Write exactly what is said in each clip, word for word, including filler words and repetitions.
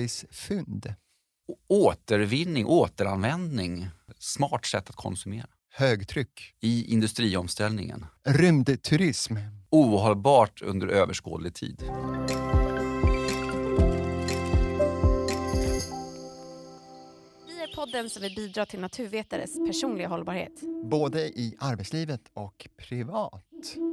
Kompis-fynd. Återvinning, återanvändning. Smart sätt att konsumera. Högtryck. I industriomställningen. Rymdturism. Ohållbart under överskådlig tid. Vi är podden som vill bidra till naturvetares personliga hållbarhet. Både i arbetslivet och privat.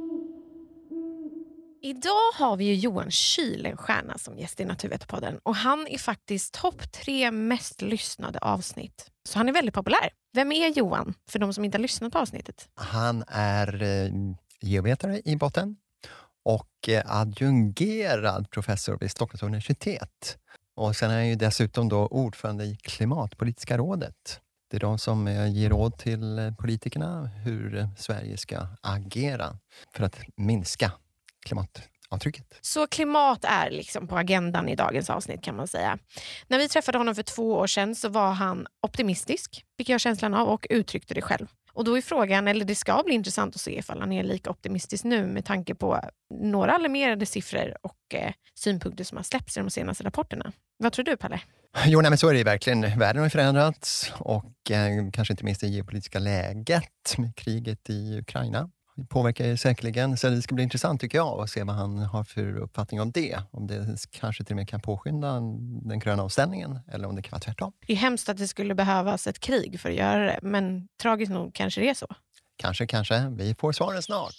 Idag har vi ju Johan Kuylenstierna som gäst i Naturvetarpodden. Och han är faktiskt topp tre mest lyssnade avsnitt. Så han är väldigt populär. Vem är Johan för de som inte har lyssnat på avsnittet? Han är eh, geovetare i botten och eh, adjungerad professor vid Stockholms universitet. Och sen är han ju dessutom då ordförande i Klimatpolitiska rådet. Det är de som eh, ger råd till eh, politikerna hur eh, Sverige ska agera för att minska klimatavtrycket. Så klimat är liksom på agendan i dagens avsnitt kan man säga. När vi träffade honom för två år sedan så var han optimistisk, fick jag känslan av, och uttryckte det själv. Och då är frågan, eller det ska bli intressant att se ifall han är lika optimistisk nu med tanke på några alarmerade siffror och eh, synpunkter som har släppts i de senaste rapporterna. Vad tror du, Palle? Jo, nej, men så är det verkligen. Världen har förändrats och eh, kanske inte minst det geopolitiska läget med kriget i Ukraina påverkar säkerligen. Så det ska bli intressant tycker jag att se vad han har för uppfattning om det. Om det kanske till och med kan påskynda den gröna omställningen eller om det kan vara tvärtom. Det är hemskt att det skulle behövas ett krig för att göra det, men tragiskt nog kanske det är så. Kanske, kanske. Vi får svaren snart.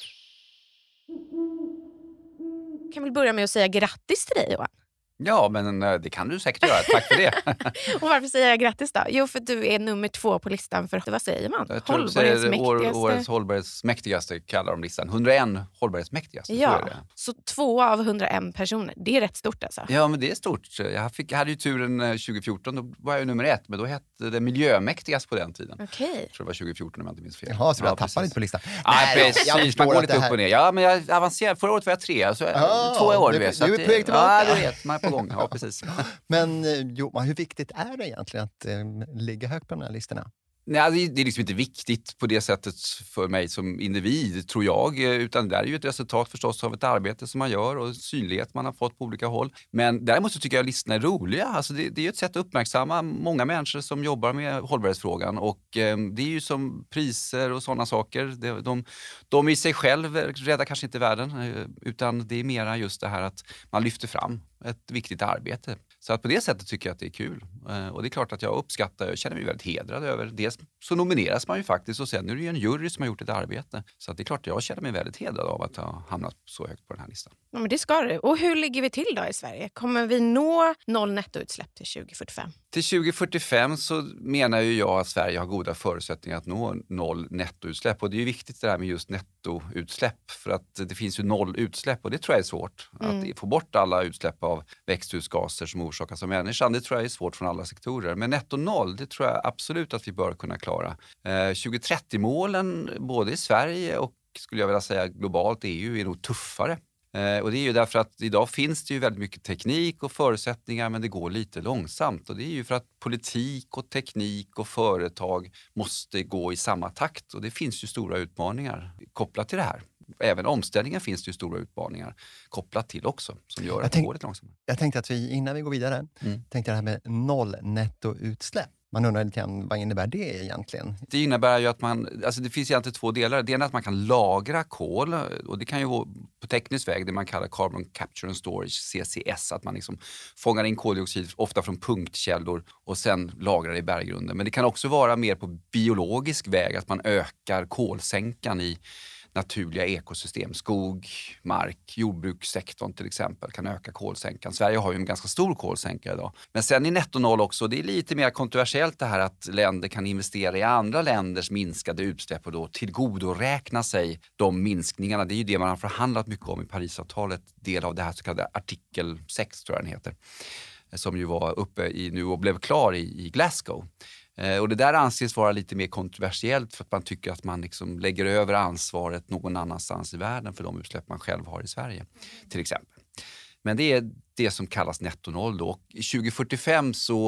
Jag kan väl börja med att säga grattis till dig, Johan. Ja, men det kan du säkert göra. Tack för det. Och varför säger jag grattis då? Jo, för du är nummer två på listan för, vad säger man? Jag tror hållbarhetsmäktigaste. Årets hållbarhetsmäktigaste kallar de listan. hundraen hållbarhetsmäktigaste. Ja, så två av hundraen personer. Det är rätt stort alltså. Ja, men det är stort. Jag, fick, jag hade ju turen tjugo fjorton, då var jag nummer ett. Men då hette det miljömäktigast på den tiden. Okej. Okay. Jag tror det var tjugo fjorton om jag inte minns fel. Jaha, så ja, jag tappade lite på listan. Ja, Nej, precis. Man går lite upp och ner. Ja, men jag avancerade. Förra året var jag tre. Så oh, två år, du, du vet. Du är på väg tillbaka. Ja, du vet. Man är på gång. Ja, precis. Men jo, hur viktigt är det egentligen att eh, ligga högt på de här listorna? Nej, det är, det är liksom inte viktigt på det sättet för mig som individ, tror jag. Utan det är ju ett resultat förstås av ett arbete som man gör och synlighet man har fått på olika håll. Men däremot så tycker jag att listorna är roliga. Alltså det, det är ju ett sätt att uppmärksamma många människor som jobbar med hållbarhetsfrågan. Och eh, det är ju som priser och sådana saker. De, de, de i sig själv räddar kanske inte världen. Utan det är mera just det här att man lyfter fram ett viktigt arbete. Så att på det sättet tycker jag att det är kul. Och det är klart att jag uppskattar, jag känner mig väldigt hedrad över det. Så nomineras man ju faktiskt och sen är det ju en jury som har gjort ett arbete. Så att det är klart att jag känner mig väldigt hedrad av att ha hamnat så högt på den här listan. Ja, men det ska du. Och hur ligger vi till då i Sverige? Kommer vi nå noll nettoutsläpp till tjugo fyrtiofem? Till tjugo fyrtiofem så menar ju jag att Sverige har goda förutsättningar att nå noll nettoutsläpp. Och det är ju viktigt det här med just nettoutsläpp. För att det finns ju noll utsläpp och det tror jag är svårt. Mm. Att få bort alla utsläpp av växthusgaser som orsakas av människan, det tror jag är svårt från alla sektorer. Men netto noll, det tror jag absolut att vi bör kunna klara. Eh, tjugo trettio-målen både i Sverige och skulle jag vilja säga globalt E U är nog tuffare. Eh, och det är ju därför att idag finns det ju väldigt mycket teknik och förutsättningar men det går lite långsamt. Och det är ju för att politik och teknik och företag måste gå i samma takt. Och det finns ju stora utmaningar kopplat till det här. Även omställningen finns det ju stora utmaningar kopplat till också som gör att tänk, det går lite långsammare. Jag tänkte att vi innan vi går vidare mm. tänkte det här med noll nettoutsläpp. Man undrar lite grann, vad innebär det egentligen? Det innebär ju att man, alltså det finns egentligen två delar. Det ena är att man kan lagra kol och det kan ju vara på teknisk väg det man kallar Carbon Capture and Storage, C C S. Att man liksom fångar in koldioxid ofta från punktkällor och sen lagrar det i berggrunden. Men det kan också vara mer på biologisk väg att man ökar kolsänkan i naturliga ekosystem, skog, mark, jordbrukssektorn till exempel kan öka kolsänkan. Sverige har ju en ganska stor kolsänka idag. Men sen i netto noll också, det är lite mer kontroversiellt det här att länder kan investera i andra länders minskade utsläpp och då tillgodoräkna sig de minskningarna. Det är ju det man har förhandlat mycket om i Parisavtalet, del av det här så kallade artikel sex tror jag den heter, som ju var uppe i nu och blev klar i, i Glasgow. Och det där anses vara lite mer kontroversiellt för att man tycker att man liksom lägger över ansvaret någon annanstans i världen för de utsläpp man själv har i Sverige, till exempel. Men det är det som kallas netto noll då. Och i tjugo fyrtiofem så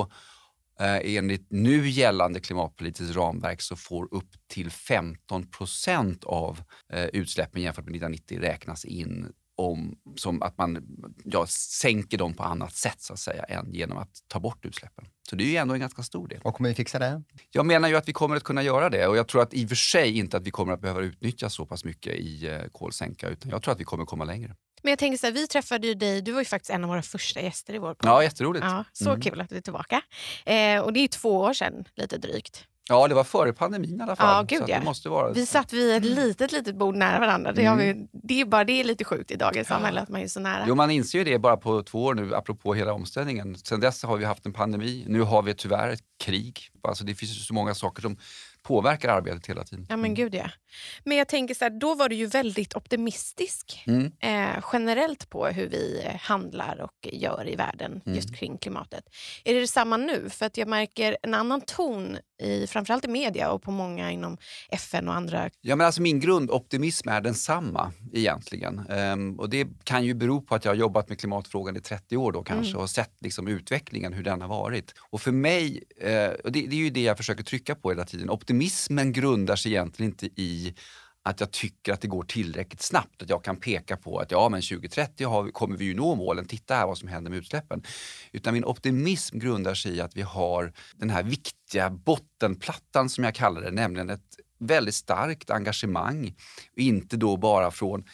eh, enligt nu gällande klimatpolitiskt ramverk så får upp till femton procent av eh, utsläppen jämfört med nittonhundranittio räknas in om som att man ja, sänker dem på annat sätt så att säga än genom att ta bort utsläppen. Så det är ju ändå en ganska stor del. Och kommer vi fixa det? Jag menar ju att vi kommer att kunna göra det och jag tror att i och för sig inte att vi kommer att behöva utnyttja så pass mycket i eh, kolsänka utan jag tror att vi kommer komma längre. Men jag tänker så här, vi träffade ju dig, du var ju faktiskt en av våra första gäster i vår podd. Ja, jätteroligt. Ja, så Mm. kul att du är tillbaka. Eh, och det är ju två år sedan, lite drygt. Ja, det var före pandemin i alla fall. Ja, gud, så att ja. det måste vara... Vi satt vid ett litet, litet bord nära varandra. Det, har Mm. vi, det, är bara, det är lite sjukt i dagens samhälle att man är så nära. Jo, man inser ju det bara på två år nu, apropå hela omställningen. Sen dess har vi haft en pandemi. Nu har vi tyvärr ett krig. Alltså det finns ju så många saker som påverkar arbetet hela tiden. Ja, men gud ja. Men jag tänker så här, då var du ju väldigt optimistisk Mm. eh, generellt på hur vi handlar och gör i världen Mm. just kring klimatet. Är det detsamma nu? För att jag märker en annan ton i framförallt i media och på många inom F N och andra. Ja, men alltså min grundoptimism är densamma egentligen. Ehm, och det kan ju bero på att jag har jobbat med klimatfrågan i trettio år då kanske Mm. och sett liksom utvecklingen, hur den har varit. Och för mig, eh, och det, det är ju det jag försöker trycka på hela tiden, optimismen grundar sig egentligen inte i att jag tycker att det går tillräckligt snabbt. Att jag kan peka på att ja, men tjugo trettio har vi, kommer vi ju nå målen. Titta här vad som händer med utsläppen. Utan min optimism grundar sig i att vi har den här viktiga bottenplattan som jag kallar det. Nämligen ett väldigt starkt engagemang. Inte då bara från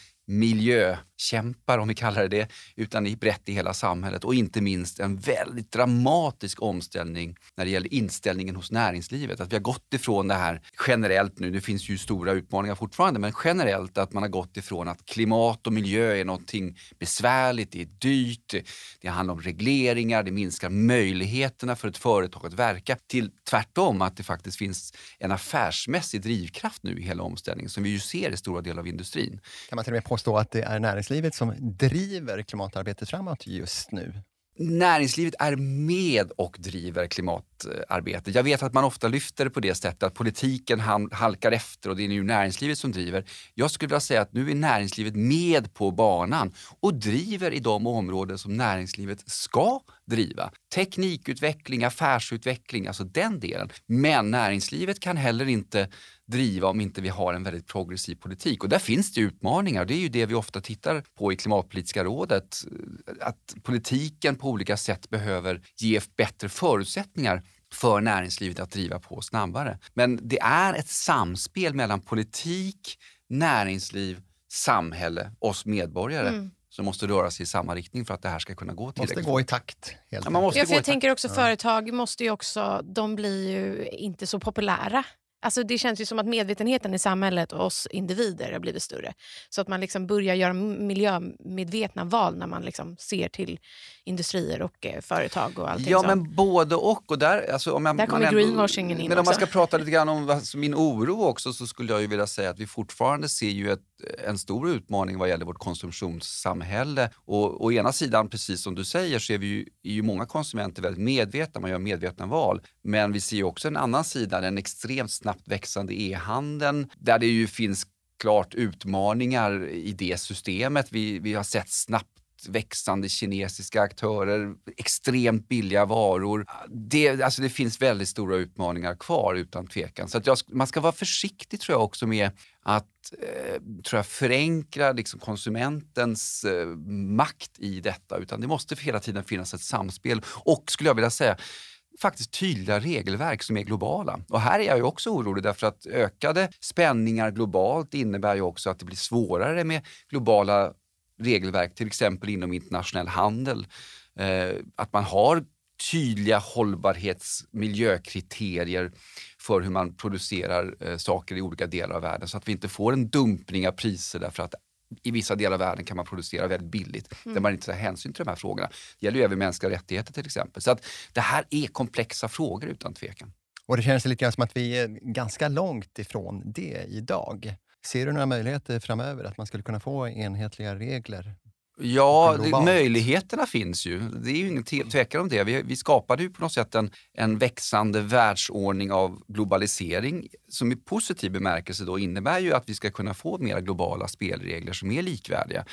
miljökämpar om vi kallar det det, utan i brett i hela samhället och inte minst en väldigt dramatisk omställning när det gäller inställningen hos näringslivet. Att vi har gått ifrån det här generellt nu, det finns ju stora utmaningar fortfarande, men generellt att man har gått ifrån att klimat och miljö är någonting besvärligt, det är dyrt, det handlar om regleringar, det minskar möjligheterna för ett företag att verka, till tvärtom att det faktiskt finns en affärsmässig drivkraft nu i hela omställningen som vi ju ser i stora delar av industrin. Kan man till och med påstå att det är näringslivet som driver klimatarbetet framåt just nu? Näringslivet är med och driver klimatarbetet. Jag vet att man ofta lyfter det på det sättet att politiken halkar efter och det är nu näringslivet som driver. Jag skulle vilja säga att nu är näringslivet med på banan och driver i de områden som näringslivet ska driva. Teknikutveckling, affärsutveckling, alltså den delen. Men näringslivet kan heller inte driva om inte vi har en väldigt progressiv politik. Och där finns det utmaningar. Det är ju det vi ofta tittar på i Klimatpolitiska rådet. Att politiken på olika sätt behöver ge bättre förutsättningar för näringslivet att driva på snabbare. Men det är ett samspel mellan politik, näringsliv, samhälle, oss medborgare. Mm. som måste röra sig i samma riktning för att det här ska kunna gå tillräckligt. Måste gå i takt. Helt ja, man måste ja, gå för jag i tänker takt. också ja. Företag måste ju också, de blir ju inte så populära. Alltså det känns ju som att medvetenheten i samhället och oss individer har blivit större. Så att man liksom börjar göra miljömedvetna val när man liksom ser till industrier och eh, företag och allting. Ja, så. men både och. och där, alltså, om jag, där kommer man greenwashingen in Men också. om man ska prata lite grann om vad, min oro också, så skulle jag ju vilja säga att vi fortfarande ser ju ett, en stor utmaning vad gäller vårt konsumtionssamhälle. Och å ena sidan, precis som du säger, så är vi ju, är ju många konsumenter väldigt medvetna, man gör medvetna val. Men vi ser ju också en annan sida, den extremt snabbt växande e-handeln, där det ju finns klart utmaningar i det systemet. Vi, vi har sett snabbt växande kinesiska aktörer, extremt billiga varor. Det, alltså det finns väldigt stora utmaningar kvar utan tvekan. Så att jag, man ska vara försiktig tror jag också med att eh, tror jag, förenkla liksom konsumentens eh, makt i detta. Utan det måste hela tiden finnas ett samspel. Och skulle jag vilja säga faktiskt tydliga regelverk som är globala. Och här är jag ju också orolig därför att ökade spänningar globalt innebär ju också att det blir svårare med globala regelverk, till exempel inom internationell handel. Eh, att man har tydliga hållbarhets- miljökriterier för hur man producerar eh, saker i olika delar av världen så att vi inte får en dumpning av priser därför att i vissa delar av världen kan man producera väldigt billigt mm. där man inte tar hänsyn till de här frågorna. Det gäller ju även mänskliga rättigheter till exempel. Så att det här är komplexa frågor utan tvekan. Och det känns lite grann som att vi är ganska långt ifrån det idag. Ser du några möjligheter framöver att man skulle kunna få enhetliga regler? Ja, det, möjligheterna finns ju. Det är ju ingen tvekan om det. Vi, vi skapade ju på något sätt en, en växande världsordning av globalisering som i positiv bemärkelse då innebär ju att vi ska kunna få mer globala spelregler som är likvärdiga.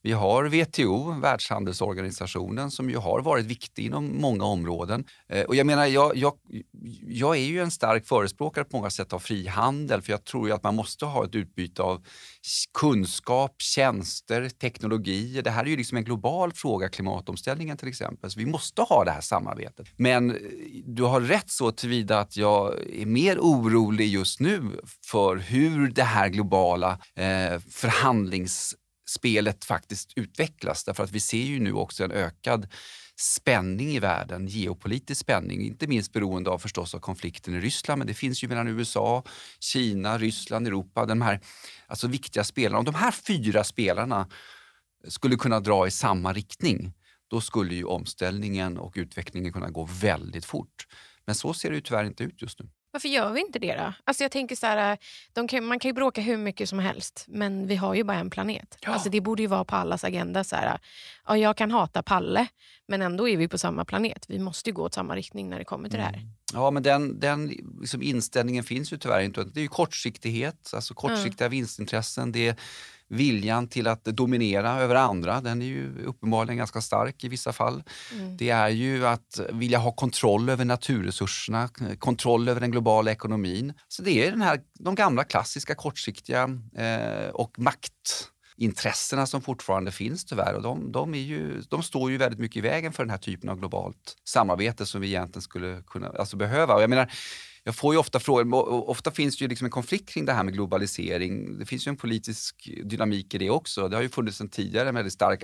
Vi har W T O, Världshandelsorganisationen, som ju har varit viktig inom många områden. Eh, och jag menar, jag, jag, jag är ju en stark förespråkare på många sätt av frihandel, för jag tror ju att man måste ha ett utbyte av kunskap, tjänster, teknologi. Det här är ju liksom en global fråga, klimatomställningen till exempel. Så vi måste ha det här samarbetet. Men du har rätt så tillvida att jag är mer orolig just nu för hur det här globala eh, förhandlingsspelet faktiskt utvecklas. Därför att vi ser ju nu också en ökad spänning i världen, geopolitisk spänning, inte minst beroende av förstås av konflikten i Ryssland, men det finns ju mellan U S A, Kina, Ryssland, Europa, de här alltså viktiga spelarna. Om de här fyra spelarna skulle kunna dra i samma riktning, då skulle ju omställningen och utvecklingen kunna gå väldigt fort. Men så ser det ju tyvärr inte ut just nu. Varför gör vi inte det då? Alltså jag tänker så här, de kan, man kan ju bråka hur mycket som helst, men vi har ju bara en planet. Ja. Alltså det borde ju vara på allas agenda så här, ja, jag kan hata Palle, men ändå är vi på samma planet. Vi måste ju gå åt samma riktning när det kommer till mm. det här. Ja, men den, den liksom inställningen finns ju tyvärr inte. Det är ju kortsiktighet, alltså kortsiktiga mm. vinstintressen. Det är viljan till att dominera över andra. Den är ju uppenbarligen ganska stark i vissa fall. Mm. Det är ju att vilja ha kontroll över naturresurserna, kontroll över den globala ekonomin. Så det är den här, de gamla klassiska kortsiktiga eh, och maktintressena som fortfarande finns tyvärr. Och de, de, är ju, de står ju väldigt mycket i vägen för den här typen av globalt samarbete som vi egentligen skulle kunna alltså behöva. Och jag menar, jag får ju ofta frågor, ofta finns det ju liksom en konflikt kring det här med globalisering. Det finns ju en politisk dynamik i det också. Det har ju funnits en tidigare med en stark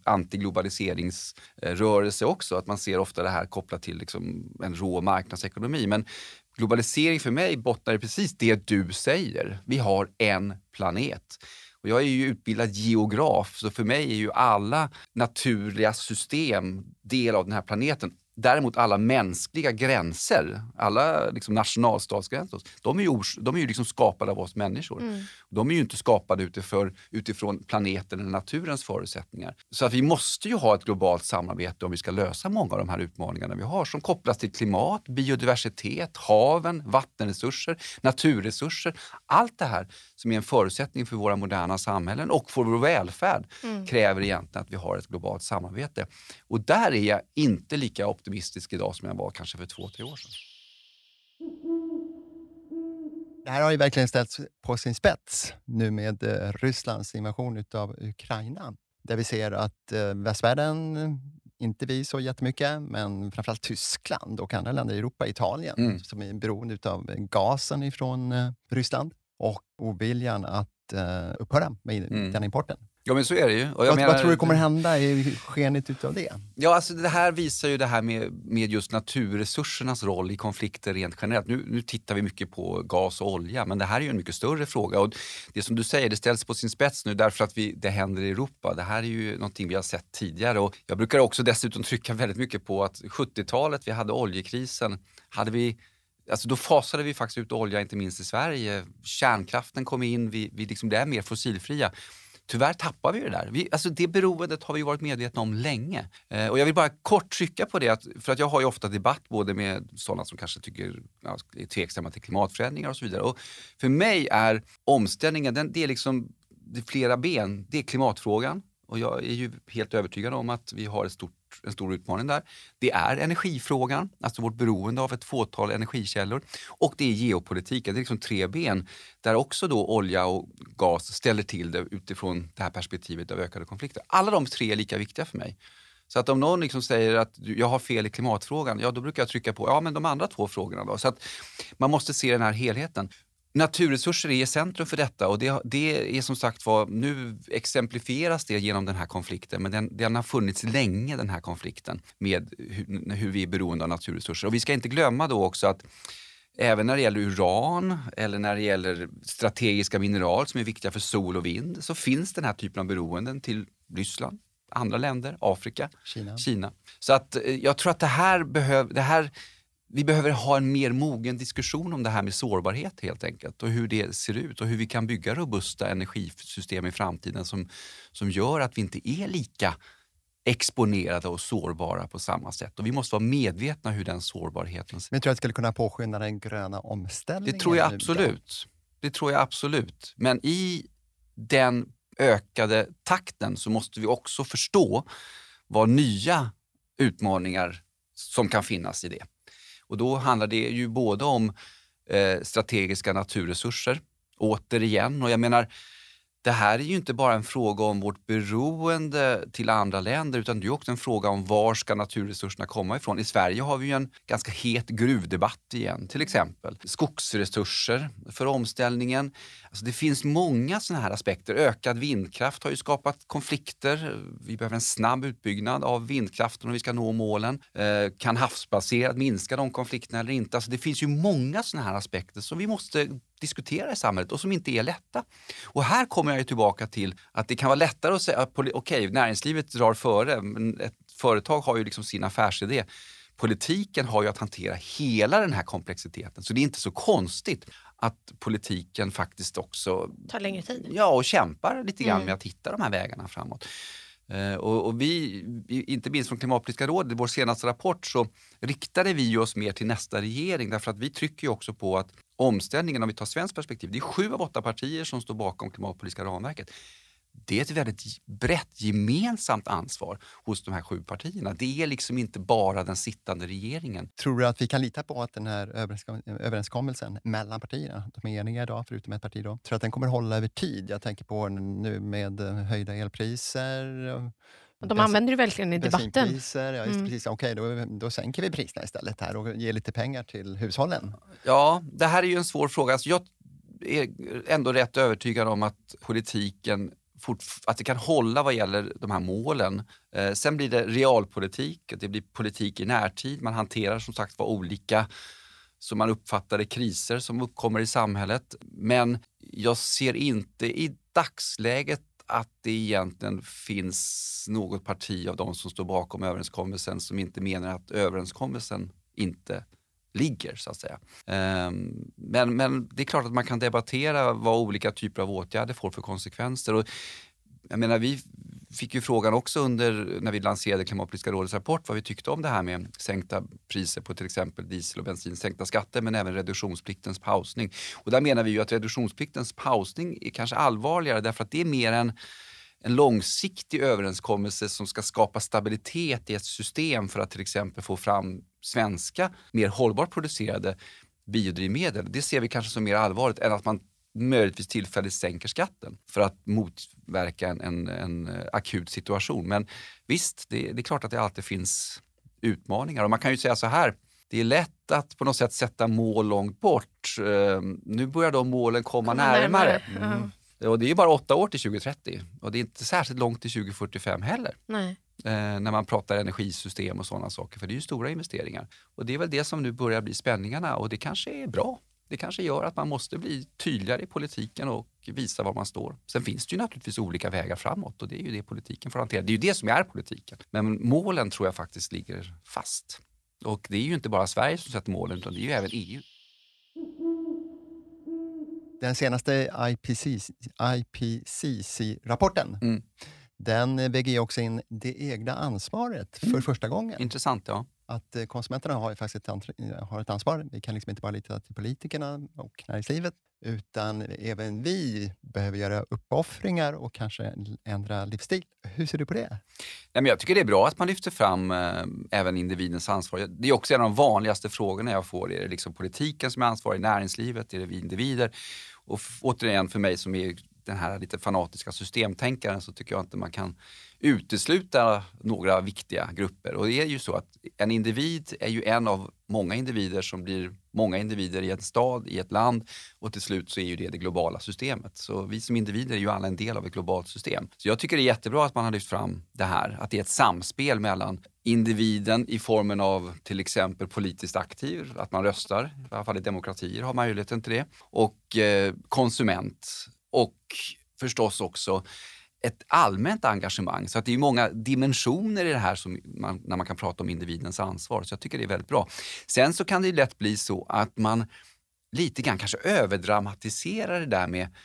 antiglobaliseringsrörelse också. Att man ser ofta det här kopplat till liksom en rå marknadsekonomi. Men globalisering för mig bottnar i precis det du säger. Vi har en planet. Och jag är ju utbildad geograf, så för mig är ju alla naturliga system del av den här planeten. Däremot alla mänskliga gränser, alla liksom nationalstatsgränser, de är ju, de är ju liksom skapade av oss människor. Mm. De är ju inte skapade utifrån, utifrån planeten eller naturens förutsättningar. Så att vi måste ju ha ett globalt samarbete om vi ska lösa många av de här utmaningarna vi har, som kopplas till klimat, biodiversitet, haven, vattenresurser, naturresurser. Allt det här som är en förutsättning för våra moderna samhällen och för vår välfärd mm. kräver egentligen att vi har ett globalt samarbete. Och där är jag inte lika optimistisk idag som jag var kanske för två, tre år sedan. Det här har ju verkligen ställts på sin spets nu med eh, Rysslands invasion av Ukraina. Där vi ser att eh, västvärlden, inte vi så jättemycket, men framförallt Tyskland och andra länder i Europa, Italien, mm. som är beroende av gasen ifrån eh, Ryssland och oviljan att eh, upphöra med mm. den importen. Ja, men så är det ju. Och jag vad, menar, vad tror du kommer hända i skenet utav det? Ja, alltså det här visar ju det här med, med just naturresursernas roll i konflikter rent generellt. Nu, nu tittar vi mycket på gas och olja, men det här är ju en mycket större fråga. Och det som du säger, det ställs på sin spets nu därför att vi, det händer i Europa. Det här är ju någonting vi har sett tidigare. Och jag brukar också dessutom trycka väldigt mycket på att sjuttiotalet, vi hade oljekrisen, hade vi... Alltså då fasade vi faktiskt ut olja, inte minst i Sverige. Kärnkraften kom in, vi, vi liksom, det är mer fossilfria. Tyvärr tappar vi det där. Vi, alltså det beroendet har vi varit medvetna om länge. Eh, och jag vill bara kort trycka på det, att, för att jag har ju ofta debatt både med sådana som kanske tycker ja, är tveksamma till klimatförändringar och så vidare. Och för mig är omställningen, den, det är liksom det är flera ben. Det är klimatfrågan. Och jag är ju helt övertygad om att vi har ett stort, en stor utmaning där. Det är energifrågan, alltså vårt beroende av ett fåtal energikällor. Och det är geopolitiken, det är liksom tre ben där också då olja och gas ställer till det utifrån det här perspektivet av ökade konflikter. Alla de tre är lika viktiga för mig. Så att om någon liksom säger att jag har fel i klimatfrågan, ja då brukar jag trycka på, ja men de andra två frågorna då. Så att man måste se den här helheten. Naturresurser är i centrum för detta, och det, det är som sagt vad nu exemplifieras det genom den här konflikten, men den, den har funnits länge, den här konflikten med hur, hur vi är beroende av naturresurser. Och vi ska inte glömma då också att även när det gäller uran eller när det gäller strategiska mineral som är viktiga för sol och vind, så finns den här typen av beroenden till Ryssland, andra länder, Afrika, Kina. Kina. Så att jag tror att det här behöver det här vi behöver ha en mer mogen diskussion om det här med sårbarhet helt enkelt, och hur det ser ut och hur vi kan bygga robusta energisystem i framtiden som, som gör att vi inte är lika exponerade och sårbara på samma sätt. Och vi måste vara medvetna hur den sårbarheten ser ut. Men jag tror att det skulle kunna påskynda den gröna omställningen? Det tror jag absolut. Det tror jag absolut. Men i den ökade takten så måste vi också förstå vad nya utmaningar som kan finnas i det. Och då handlar det ju både om eh, strategiska naturresurser, återigen. Och jag menar, det här är ju inte bara en fråga om vårt beroende till andra länder, utan det är också en fråga om var ska naturresurserna komma ifrån. I Sverige har vi ju en ganska het gruvdebatt igen, till exempel. Skogsresurser för omställningen. Alltså det finns många sådana här aspekter. Ökad vindkraft har ju skapat konflikter. Vi behöver en snabb utbyggnad av vindkraften om vi ska nå målen. Eh, kan havsbaserat minska de konflikterna eller inte? Alltså det finns ju många sådana här aspekter som vi måste diskutera i samhället och som inte är lätta. Och här kommer jag ju tillbaka till att det kan vara lättare att säga, okej, okay, näringslivet drar före, men ett företag har ju liksom sin affärsidé. Politiken har ju att hantera hela den här komplexiteten, så det är inte så konstigt att politiken faktiskt också tar längre tid. Ja, och kämpar lite grann Mm. med att hitta de här vägarna framåt. Uh, och, och vi, inte minst från Klimatpolitiska rådet, i vår senaste rapport så riktade vi oss mer till nästa regering, därför att vi trycker ju också på att omställningen, om vi tar svenskt perspektiv, det är sju av åtta partier som står bakom klimatpolitiska ramverket. Det är ett väldigt brett gemensamt ansvar hos de här sju partierna. Det är liksom inte bara den sittande regeringen. Tror du att vi kan lita på att den här överenskom- överenskommelsen mellan partierna, de är eniga idag förutom ett parti då, tror att den kommer hålla över tid? Jag tänker på nu med höjda elpriser. De använder det verkligen i debatten. Bensinpriser, ja, just Mm. precis. Okej, då, då sänker vi priserna istället här och ger lite pengar till hushållen. Ja, det här är ju en svår fråga. Alltså jag är ändå rätt övertygad om att politiken Fort, att det kan hålla vad gäller de här målen. Eh, sen blir det realpolitik, det blir politik i närtid. Man hanterar som sagt vad olika, så man uppfattar det, kriser som uppkommer i samhället. Men jag ser inte i dagsläget att det egentligen finns något parti av de som står bakom överenskommelsen som inte menar att överenskommelsen inte ligger, så att säga. Um, men, men det är klart att man kan debattera vad olika typer av åtgärder får för konsekvenser. Och jag menar, vi fick ju frågan också under när vi lanserade Klimatpolitiska rådets rapport vad vi tyckte om det här med sänkta priser på till exempel diesel och bensin, sänkta skatter, men även reduktionspliktens pausning. Och där menar vi ju att reduktionspliktens pausning är kanske allvarligare, därför att det är mer en en långsiktig överenskommelse som ska skapa stabilitet i ett system för att till exempel få fram svenska, mer hållbart producerade biodrivmedel. Det ser vi kanske som mer allvarligt än att man möjligtvis tillfälligt sänker skatten för att motverka en, en, en akut situation. Men visst, det, det är klart att det alltid finns utmaningar. Och man kan ju säga så här, det är lätt att på något sätt sätta mål långt bort. Uh, nu börjar de målen komma, komma närmare. närmare. Mm. Och det är ju bara åtta år till tjugo trettio och det är inte särskilt långt till tjugo fyrtiofem heller. Nej. Eh, när man pratar energisystem och sådana saker, för det är ju stora investeringar. Och det är väl det som nu börjar bli spänningarna, och det kanske är bra. Det kanske gör att man måste bli tydligare i politiken och visa var man står. Sen finns det ju naturligtvis olika vägar framåt och det är ju det politiken får hantera. Det är ju det som är politiken. Men målen tror jag faktiskt ligger fast. Och det är ju inte bara Sverige som sätter målen, utan det är ju även E U. Den senaste I P C C-rapporten, mm. den väger också in det egna ansvaret för mm. första gången. Intressant, ja. Att konsumenterna har faktiskt ett, har ett ansvar. Vi kan liksom inte bara lita till politikerna och näringslivet, utan även vi behöver göra uppoffringar och kanske ändra livsstil. Hur ser du på det? Nej, men jag tycker det är bra att man lyfter fram eh, även individens ansvar. Det är också en av de vanligaste frågorna jag får. Är det liksom politiken som är ansvarig, näringslivet, är det vi individer? Och f- återigen för mig som är den här lite fanatiska systemtänkaren, så tycker jag inte man kan utesluta några viktiga grupper. Och det är ju så att en individ är ju en av många individer som blir många individer i en stad, i ett land, och till slut så är ju det det globala systemet. Så vi som individer är ju alla en del av ett globalt system. Så jag tycker det är jättebra att man har lyft fram det här, att det är ett samspel mellan individen i formen av till exempel politiskt aktiv, att man röstar, i alla fall i demokratier har möjligheten till det, och eh, konsument, och förstås också ett allmänt engagemang. Så att det är många dimensioner i det här som man, när man kan prata om individens ansvar. Så jag tycker det är väldigt bra. Sen så kan det lätt bli så att man lite grann kanske överdramatiserar det där med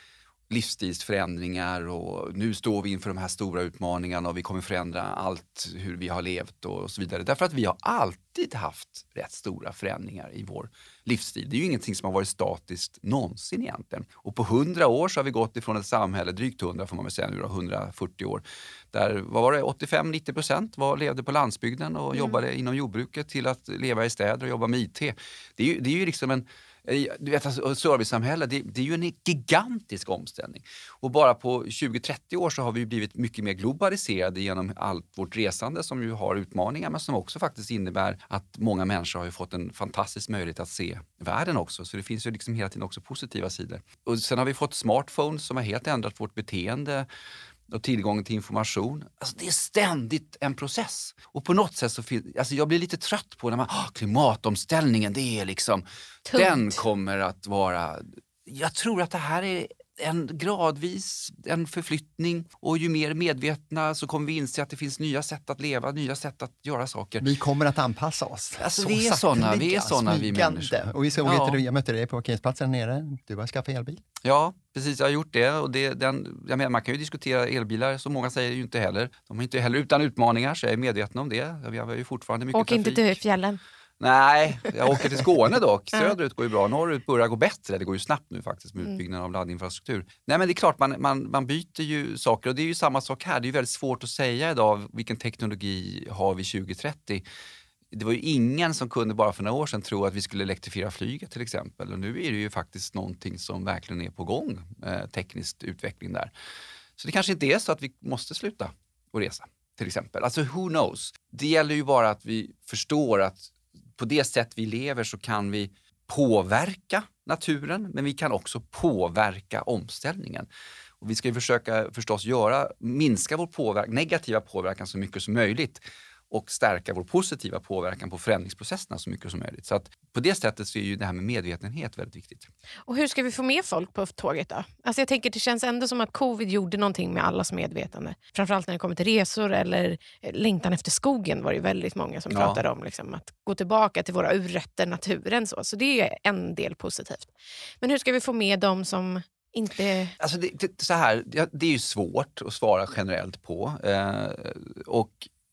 livsstilsförändringar och nu står vi inför de här stora utmaningarna och vi kommer förändra allt hur vi har levt och så vidare. Därför att vi har alltid haft rätt stora förändringar i vår livsstil. Det är ju ingenting som har varit statiskt någonsin egentligen. Och på hundra år så har vi gått ifrån ett samhälle, drygt hundra får man väl säga nu då, hundrafyrtio år, där vad var det, åttiofem till nittio procent var, levde på landsbygden och mm. jobbade inom jordbruket till att leva i städer och jobba med I T. Det är ju, det är ju liksom en Du vet, alltså, servicesamhälle, det, det är ju en gigantisk omställning. Och bara på tjugo till trettio år så har vi blivit mycket mer globaliserade genom allt vårt resande som ju har utmaningar men som också faktiskt innebär att många människor har ju fått en fantastisk möjlighet att se världen också. Så det finns ju liksom hela tiden också positiva sidor. Och sen har vi fått smartphones som har helt ändrat vårt beteende och tillgången till information. Alltså det är ständigt en process. Och på något sätt så finns, alltså jag blir lite trött på när man, ah, klimatomställningen, det är liksom, tungt. Den kommer att vara, jag tror att det här är en gradvis en förflyttning och ju mer medvetna så kommer vi inse att det finns nya sätt att leva, nya sätt att göra saker. Vi kommer att anpassa oss. Alltså så vi är sådana, vi är sådana vi människor. Och vi såg ja. jag mötte dig på parkeringsplatsen nere, du har skaffat elbil. Ja, precis, jag har gjort det och det, den, jag menar, man kan ju diskutera elbilar som många säger ju inte heller. De är inte heller utan utmaningar så jag är medveten om det. Vi har ju fortfarande mycket Åk trafik. Inte till fjällen. Nej, jag åker till Skåne dock. Söderut går ju bra, norrut börjar gå bättre. Det går ju snabbt nu faktiskt med utbyggnaden av laddinfrastruktur. Nej men det är klart, man, man, man byter ju saker och det är ju samma sak här. Det är ju väldigt svårt att säga idag vilken teknologi har vi tjugo trettio. Det var ju ingen som kunde bara för några år sedan tro att vi skulle elektrifiera flyget till exempel. Och nu är det ju faktiskt någonting som verkligen är på gång, eh, tekniskt utveckling där. Så det kanske inte är så att vi måste sluta att resa till exempel. Alltså who knows? Det gäller ju bara att vi förstår att på det sätt vi lever så kan vi påverka naturen men vi kan också påverka omställningen. Och vi ska ju försöka förstås göra, minska vår påverkan, negativa påverkan så mycket som möjligt och stärka vår positiva påverkan på förändringsprocesserna så mycket som möjligt. Så att på det sättet så är ju det här med medvetenhet väldigt viktigt. Och hur ska vi få med folk på tåget då? Alltså jag tänker det känns ändå som att covid gjorde någonting med allas medvetande. Framförallt när det kommer till resor eller längtan efter skogen var det ju väldigt många som ja. pratade om. Liksom, att gå tillbaka till våra urrötter, naturen. Så, så det är en del positivt. Men hur ska vi få med dem som inte... Alltså det, det, så här, det är ju svårt att svara generellt på. Eh, och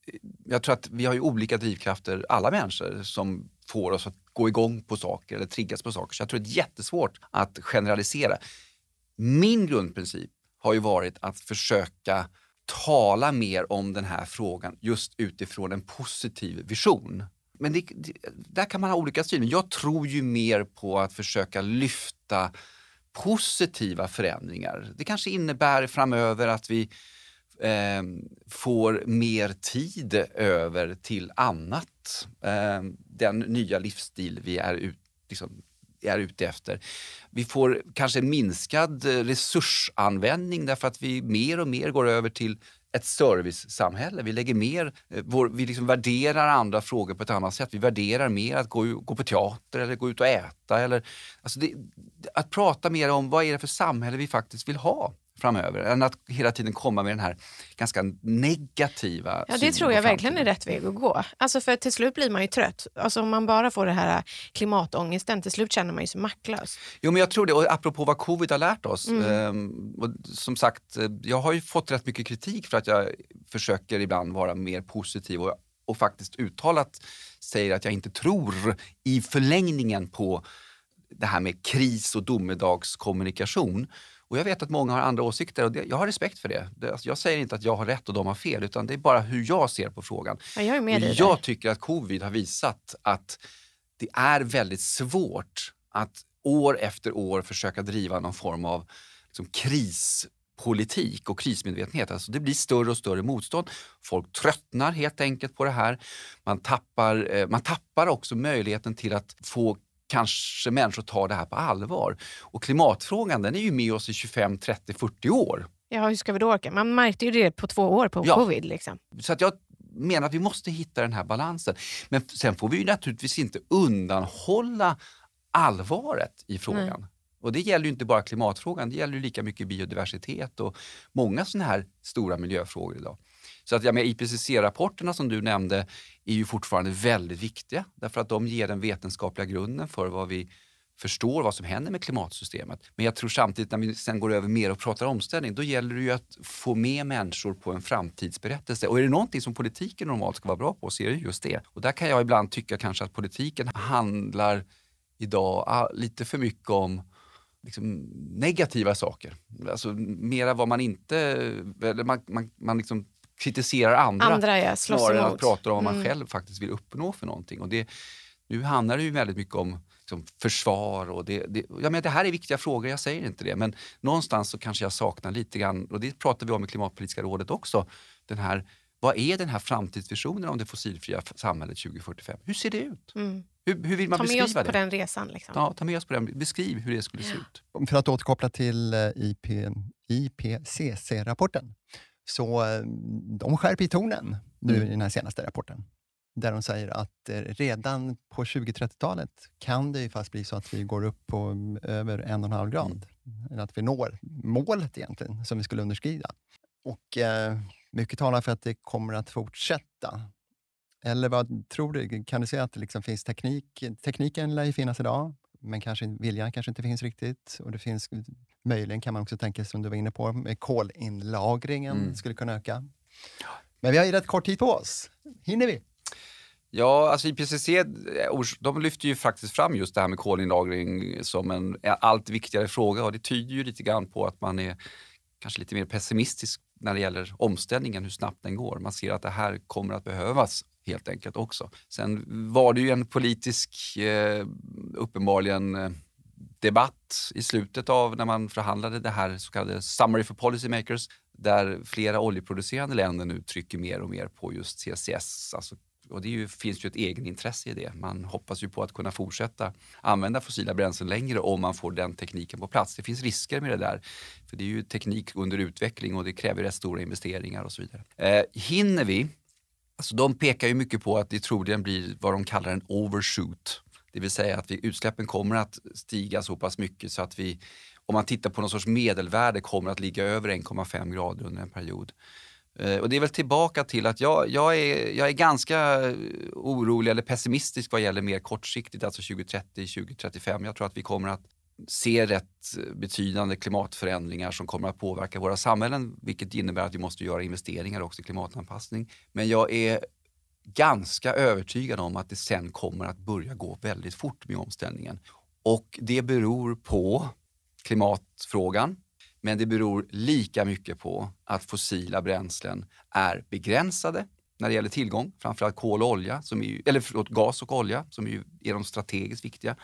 jag tror att vi har ju olika drivkrafter, alla människor, som får oss att gå igång på saker eller triggas på saker. Så jag tror det är jättesvårt att generalisera. Min grundprincip har ju varit att försöka tala mer om den här frågan just utifrån en positiv vision. Men det, det, där kan man ha olika syn. Jag tror ju mer på att försöka lyfta positiva förändringar. Det kanske innebär framöver att vi Eh, får mer tid över till annat. Eh, den nya livsstil vi är, ut, liksom, är ute efter. Vi får kanske minskad resursanvändning därför att vi mer och mer går över till ett servicesamhälle. Vi lägger mer, vår, vi liksom värderar andra frågor på ett annat sätt. Vi värderar mer att gå, gå på teater eller gå ut och äta. Eller, alltså det, att prata mer om vad är det för samhälle vi faktiskt vill ha framöver, än att hela tiden komma med den här ganska negativa. Ja, det tror jag verkligen är rätt väg att gå. Alltså för till slut blir man ju trött. Alltså om man bara får det här klimatångesten, till slut känner man ju sig maktlös. Jo, men jag tror det, och apropå vad covid har lärt oss. Mm. Eh, och som sagt, jag har ju fått rätt mycket kritik för att jag försöker ibland vara mer positiv och, och faktiskt uttalat säger att jag inte tror i förlängningen på det här med kris- och domedagskommunikation. Och jag vet att många har andra åsikter och det, jag har respekt för det. det alltså jag säger inte att jag har rätt och de har fel, utan det är bara hur jag ser på frågan. Ja, jag är med och dig jag där. tycker att covid har visat att det är väldigt svårt att år efter år försöka driva någon form av liksom, krispolitik och krismedvetenhet. Alltså det blir större och större motstånd. Folk tröttnar helt enkelt på det här. Man tappar, eh, man tappar också möjligheten till att få kanske människor tar det här på allvar. Och klimatfrågan, den är ju med oss i tjugofem, trettio, fyrtio år. Ja, hur ska vi då orka? Man märkte ju det på två år på ja. covid. Liksom. Så att jag menar att vi måste hitta den här balansen. Men sen får vi ju naturligtvis inte undanhålla allvaret i frågan. Mm. Och det gäller ju inte bara klimatfrågan, det gäller ju lika mycket biodiversitet och många sådana här stora miljöfrågor idag. Så att ja, med I P C C-rapporterna som du nämnde är ju fortfarande väldigt viktiga. Därför att de ger den vetenskapliga grunden för vad vi förstår vad som händer med klimatsystemet. Men jag tror samtidigt när vi sen går över mer och pratar omställning, då gäller det ju att få med människor på en framtidsberättelse. Och är det någonting som politiken normalt ska vara bra på, så är det just det. Och där kan jag ibland tycka kanske att politiken handlar idag lite för mycket om liksom negativa saker. Alltså mera vad man inte, eller man, man, man liksom kritiserar andra, andra ja, snarare än emot. att prata om vad mm. man själv faktiskt vill uppnå för någonting. Och det, nu handlar det ju väldigt mycket om liksom, försvar och det, det, jag menar, det här är viktiga frågor, jag säger inte det, men någonstans så kanske jag saknar lite grann, och det pratar vi om i Klimatpolitiska rådet också, den här, vad är den här framtidsvisionen om det fossilfria samhället tjugo fyrtiofem? Hur ser det ut? Mm. Hur, hur vill man ta beskriva med oss på det? den resan. Liksom. Ja, ta med oss på den. Beskriv hur det skulle se ut. För att återkoppla till I P, I P C C-rapporten. Så de skärper tonen nu mm. i den här senaste rapporten. Där de säger att redan på tjugo-trettiotalet kan det ju fast bli så att vi går upp på över en och en halv grad. Mm. Eller att vi når målet egentligen som vi skulle underskrida. Och eh, mycket talar för att det kommer att fortsätta. Eller vad tror du? Kan du säga att det liksom finns teknik? Tekniken lär ju finnas idag, men kanske viljan kanske inte finns riktigt. Och det finns, möjligen kan man också tänka, som du var inne på, med kolinlagringen mm. skulle kunna öka. Men vi har ju rätt kort tid på oss. Hinner vi? Ja, alltså I P C C, de lyfter ju faktiskt fram just det här med kolinlagring som en allt viktigare fråga. Och det tyder ju lite grann på att man är kanske lite mer pessimistisk när det gäller omställningen, hur snabbt den går. Man ser att det här kommer att behövas helt enkelt också. Sen var det ju en politisk eh, uppenbarligen eh, debatt i slutet av när man förhandlade det här så kallade Summary for Policymakers, där flera oljeproducerande länder nu trycker mer och mer på just C C S. Alltså, och det är ju, finns ju ett egenintresse i det. Man hoppas ju på att kunna fortsätta använda fossila bränslen längre om man får den tekniken på plats. Det finns risker med det där. För det är ju teknik under utveckling och det kräver rätt stora investeringar och så vidare. Eh, hinner vi? Alltså de pekar ju mycket på att det troligen blir vad de kallar en overshoot. Det vill säga att vi, utsläppen kommer att stiga så pass mycket så att vi, om man tittar på någon sorts medelvärde, kommer att ligga över en komma fem grader under en period. Uh, och det är väl tillbaka till att jag, jag, är, jag är ganska orolig eller pessimistisk vad gäller mer kortsiktigt, alltså tjugo trettio till tjugo trettiofem. Jag tror att vi kommer att se rätt betydande klimatförändringar som kommer att påverka våra samhällen, vilket innebär att vi måste göra investeringar också i klimatanpassning. Men jag är ganska övertygad om att det sen kommer att börja gå väldigt fort med omställningen. Och det beror på klimatfrågan, men det beror lika mycket på att fossila bränslen är begränsade när det gäller tillgång, framförallt kol och olja, som är ju, eller förlåt, gas och olja som är, ju, är de strategiskt viktiga,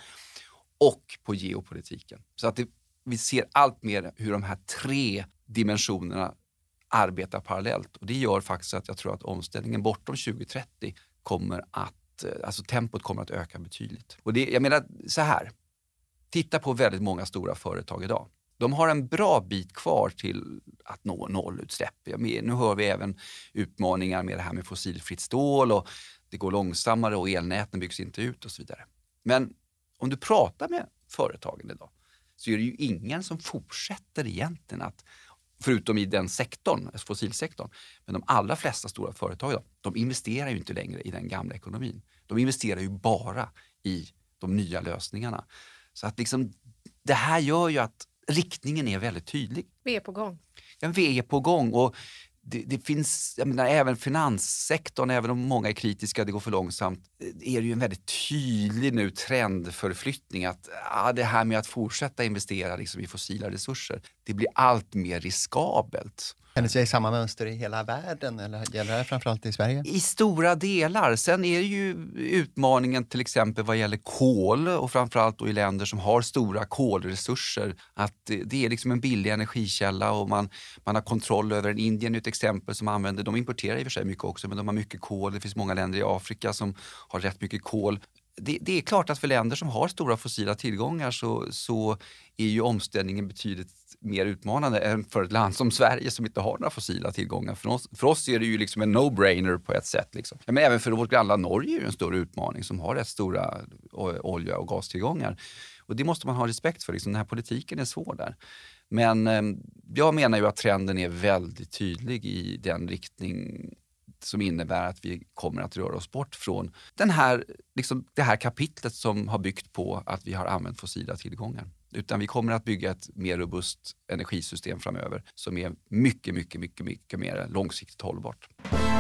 och på geopolitiken. Så att det, vi ser allt mer hur de här tre dimensionerna arbetar parallellt. Och det gör faktiskt att jag tror att omställningen bortom tjugo trettio kommer att, alltså tempot kommer att öka betydligt. Och det, jag menar så här, titta på väldigt många stora företag idag. De har en bra bit kvar till att nå nollutsläpp. Nu hör vi även utmaningar med det här med fossilfritt stål och det går långsammare och elnäten byggs inte ut och så vidare. Men om du pratar med företagen idag så är det ju ingen som fortsätter egentligen att, förutom i den sektorn, fossilsektorn, men de allra flesta stora företag idag, de investerar ju inte längre i den gamla ekonomin. De investerar ju bara i de nya lösningarna. Så att liksom, det här gör ju att riktningen är väldigt tydlig. Vi är på gång. Ja, vi är på gång och det, det finns, jag menar, även finanssektorn, även om många är kritiska, det går för långsamt, är det ju en väldigt tydlig nu trendförflyttning att ja, det här med att fortsätta investera liksom i fossila resurser, det blir allt mer riskabelt. Kan du säga samma mönster i hela världen eller gäller det framförallt i Sverige? I stora delar. Sen är det ju utmaningen till exempel vad gäller kol och framförallt då i länder som har stora kolresurser. Att det är liksom en billig energikälla och man, man har kontroll över en. Indien är ett exempel som använder, de importerar i och för sig mycket också men de har mycket kol. Det finns många länder i Afrika som har rätt mycket kol. Det, det är klart att för länder som har stora fossila tillgångar så, så är ju omställningen betydligt mer utmanande än för ett land som Sverige som inte har några fossila tillgångar. För oss, för oss är det ju liksom en no-brainer på ett sätt. Liksom. Men även för vårt grannland Norge är det en stor utmaning som har rätt stora olja- och gastillgångar. Och det måste man ha respekt för. Liksom. Den här politiken är svår där. Men eh, jag menar ju att trenden är väldigt tydlig i den riktning som innebär att vi kommer att röra oss bort från den här, liksom, det här kapitlet som har byggt på att vi har använt fossila tillgångar. Utan vi kommer att bygga ett mer robust energisystem framöver som är mycket, mycket, mycket, mycket mer långsiktigt hållbart.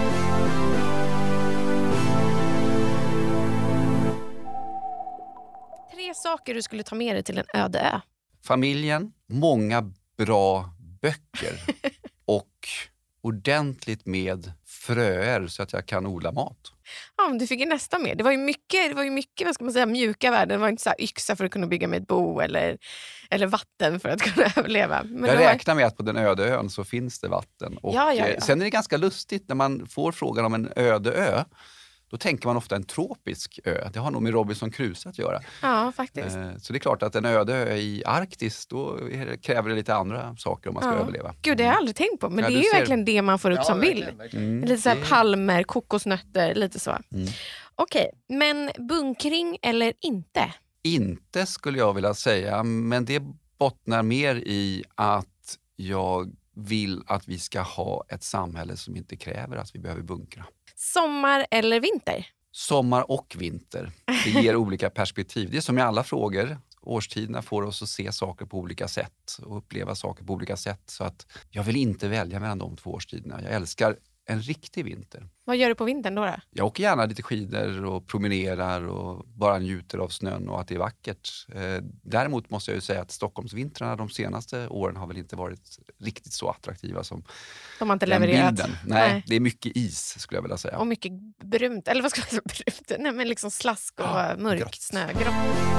Tre saker du skulle ta med dig till en öde ö. Familjen, många bra böcker och ordentligt med fröer så att jag kan odla mat. Ja, men du fick ju nästan med. Det var ju mycket, det var ju mycket vad ska man säga, mjuka värden. Det var inte så här yxa för att kunna bygga med ett bo eller, eller vatten för att kunna överleva. Men jag var... räknar med att på den öde ön så finns det vatten. Och ja, ja, ja. Sen är det ganska lustigt när man får frågan om en öde ö. Då tänker man ofta en tropisk ö. Det har nog med Robinson Crusoe att göra. Ja, faktiskt. Så det är klart att en öde ö i Arktis, då kräver det lite andra saker om man ska ja. överleva. Gud, det har jag aldrig tänkt på. Men ja, det är ju ser... verkligen det man får upp ja, som vill. Mm, lite så här det... palmer, kokosnötter, lite så. Mm. Okej, men bunkring eller inte? Inte skulle jag vilja säga, men det bottnar mer i att jag vill att vi ska ha ett samhälle som inte kräver att vi behöver bunkra. Sommar eller vinter? Sommar och vinter. Det ger olika perspektiv. Det är som i alla frågor. Årstiderna får oss att se saker på olika sätt och uppleva saker på olika sätt. Så att jag vill inte välja mellan de två årstiderna. Jag älskar en riktig vinter. Vad gör du på vintern då? då? Jag åker gärna lite skidor och promenerar och bara njuter av snön och att det är vackert. Eh, däremot måste jag ju säga att Stockholmsvintrarna de senaste åren har väl inte varit riktigt så attraktiva som de har inte levererat. Bilden. Nej, Nej, det är mycket is skulle jag vilja säga. Och mycket brunt, eller vad ska man säga brunt? Nej, men liksom slask och ja, mörk grått. Snö. Grått.